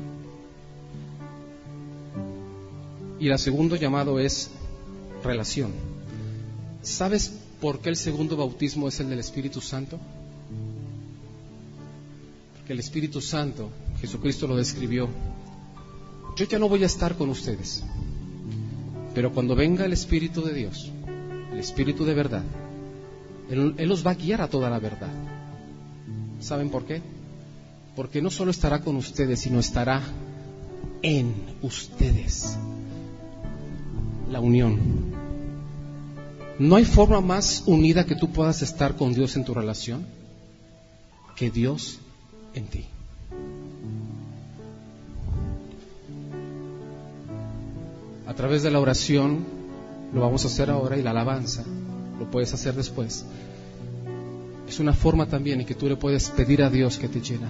S1: Y el segundo llamado es relación. ¿Sabes por qué el segundo bautismo es el del Espíritu Santo? Porque el Espíritu Santo, Jesucristo lo describió. Yo ya no voy a estar con ustedes, pero cuando venga el Espíritu de Dios, el Espíritu de verdad, Él, Él los va a guiar a toda la verdad. ¿Saben por qué? Porque no solo estará con ustedes, sino estará en ustedes. La unión. No hay forma más unida que tú puedas estar con Dios en tu relación que Dios en ti. A través de la oración, lo vamos a hacer ahora, y la alabanza, lo puedes hacer después. Es una forma también en que tú le puedes pedir a Dios que te llena.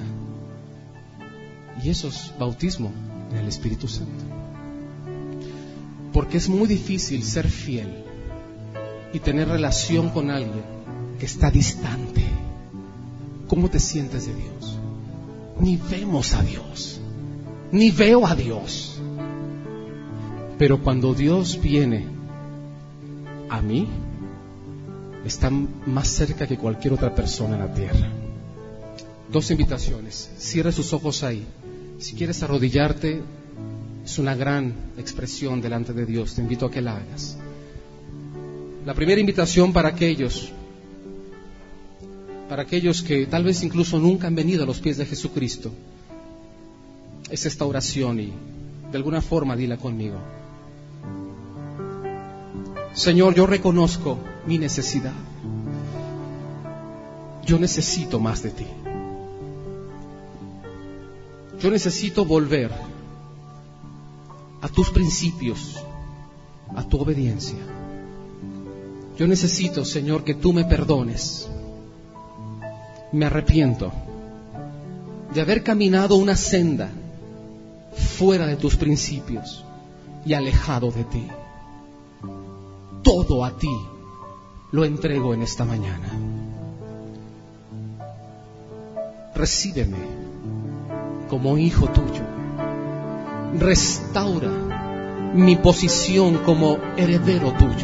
S1: Y eso es bautismo en el Espíritu Santo. Porque es muy difícil ser fiel y tener relación con alguien que está distante. ¿Cómo te sientes de Dios? Ni vemos a Dios, ni veo a Dios. Pero cuando Dios viene a mí, está más cerca que cualquier otra persona en la tierra. Dos invitaciones. Cierra sus ojos ahí. Si quieres arrodillarte, es una gran expresión delante de Dios. Te invito a que la hagas. La primera invitación para aquellos Para aquellos que tal vez incluso nunca han venido a los pies de Jesucristo, es esta oración y de alguna forma dila conmigo. Señor, yo reconozco mi necesidad. Yo necesito más de ti. Yo necesito volver a tus principios, a tu obediencia. Yo necesito, Señor, que tú me perdones. Me arrepiento de haber caminado una senda fuera de tus principios y alejado de ti. Todo a ti lo entrego en esta mañana. Recíbeme como hijo tuyo. Restaura mi posición como heredero tuyo.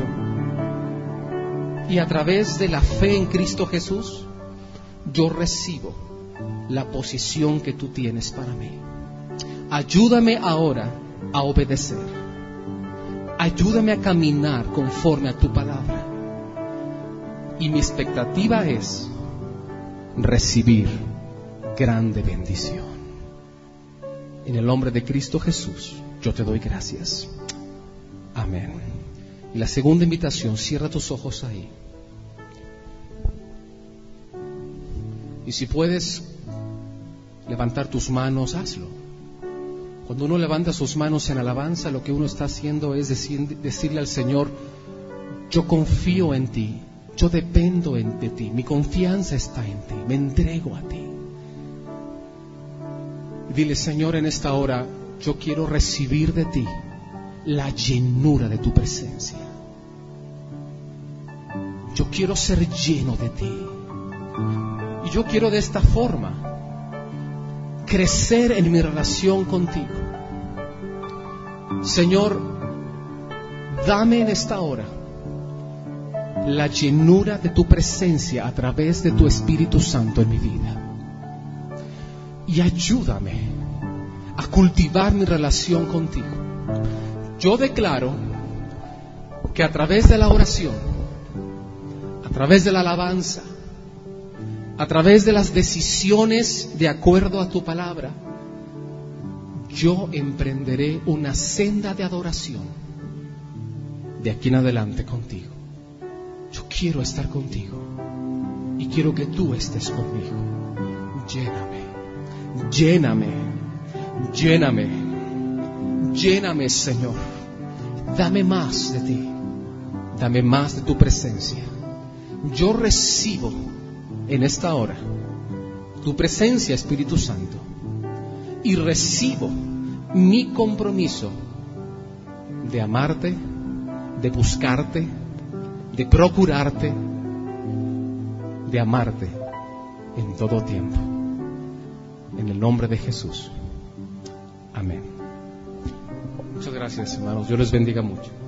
S1: Y a través de la fe en Cristo Jesús, yo recibo la posición que tú tienes para mí. Ayúdame ahora a obedecer. Ayúdame a caminar conforme a tu palabra. Y mi expectativa es recibir grande bendición. En el nombre de Cristo Jesús, yo te doy gracias. Amén. Y la segunda invitación, cierra tus ojos ahí. Y si puedes levantar tus manos, hazlo. Cuando uno levanta sus manos en alabanza, lo que uno está haciendo es decir, decirle al Señor: yo confío en ti, yo dependo en, de ti, mi confianza está en ti, me entrego a ti. Y dile: Señor, en esta hora yo quiero recibir de ti la llenura de tu presencia. Yo quiero ser lleno de ti. Y yo quiero de esta forma crecer en mi relación contigo. Señor, dame en esta hora la llenura de tu presencia a través de tu Espíritu Santo en mi vida. Y ayúdame a cultivar mi relación contigo. Yo declaro que a través de la oración, a través de la alabanza, a través de las decisiones de acuerdo a tu palabra, yo emprenderé una senda de adoración de aquí en adelante contigo. Yo quiero estar contigo y quiero que tú estés conmigo. Lléname, lléname, lléname, lléname, Señor. Dame más de ti, dame más de tu presencia. Yo recibo en esta hora tu presencia, Espíritu Santo, y recibo mi compromiso de amarte, de buscarte, de procurarte, de amarte en todo tiempo. En el nombre de Jesús. Amén. Muchas gracias, hermanos. Dios les bendiga mucho.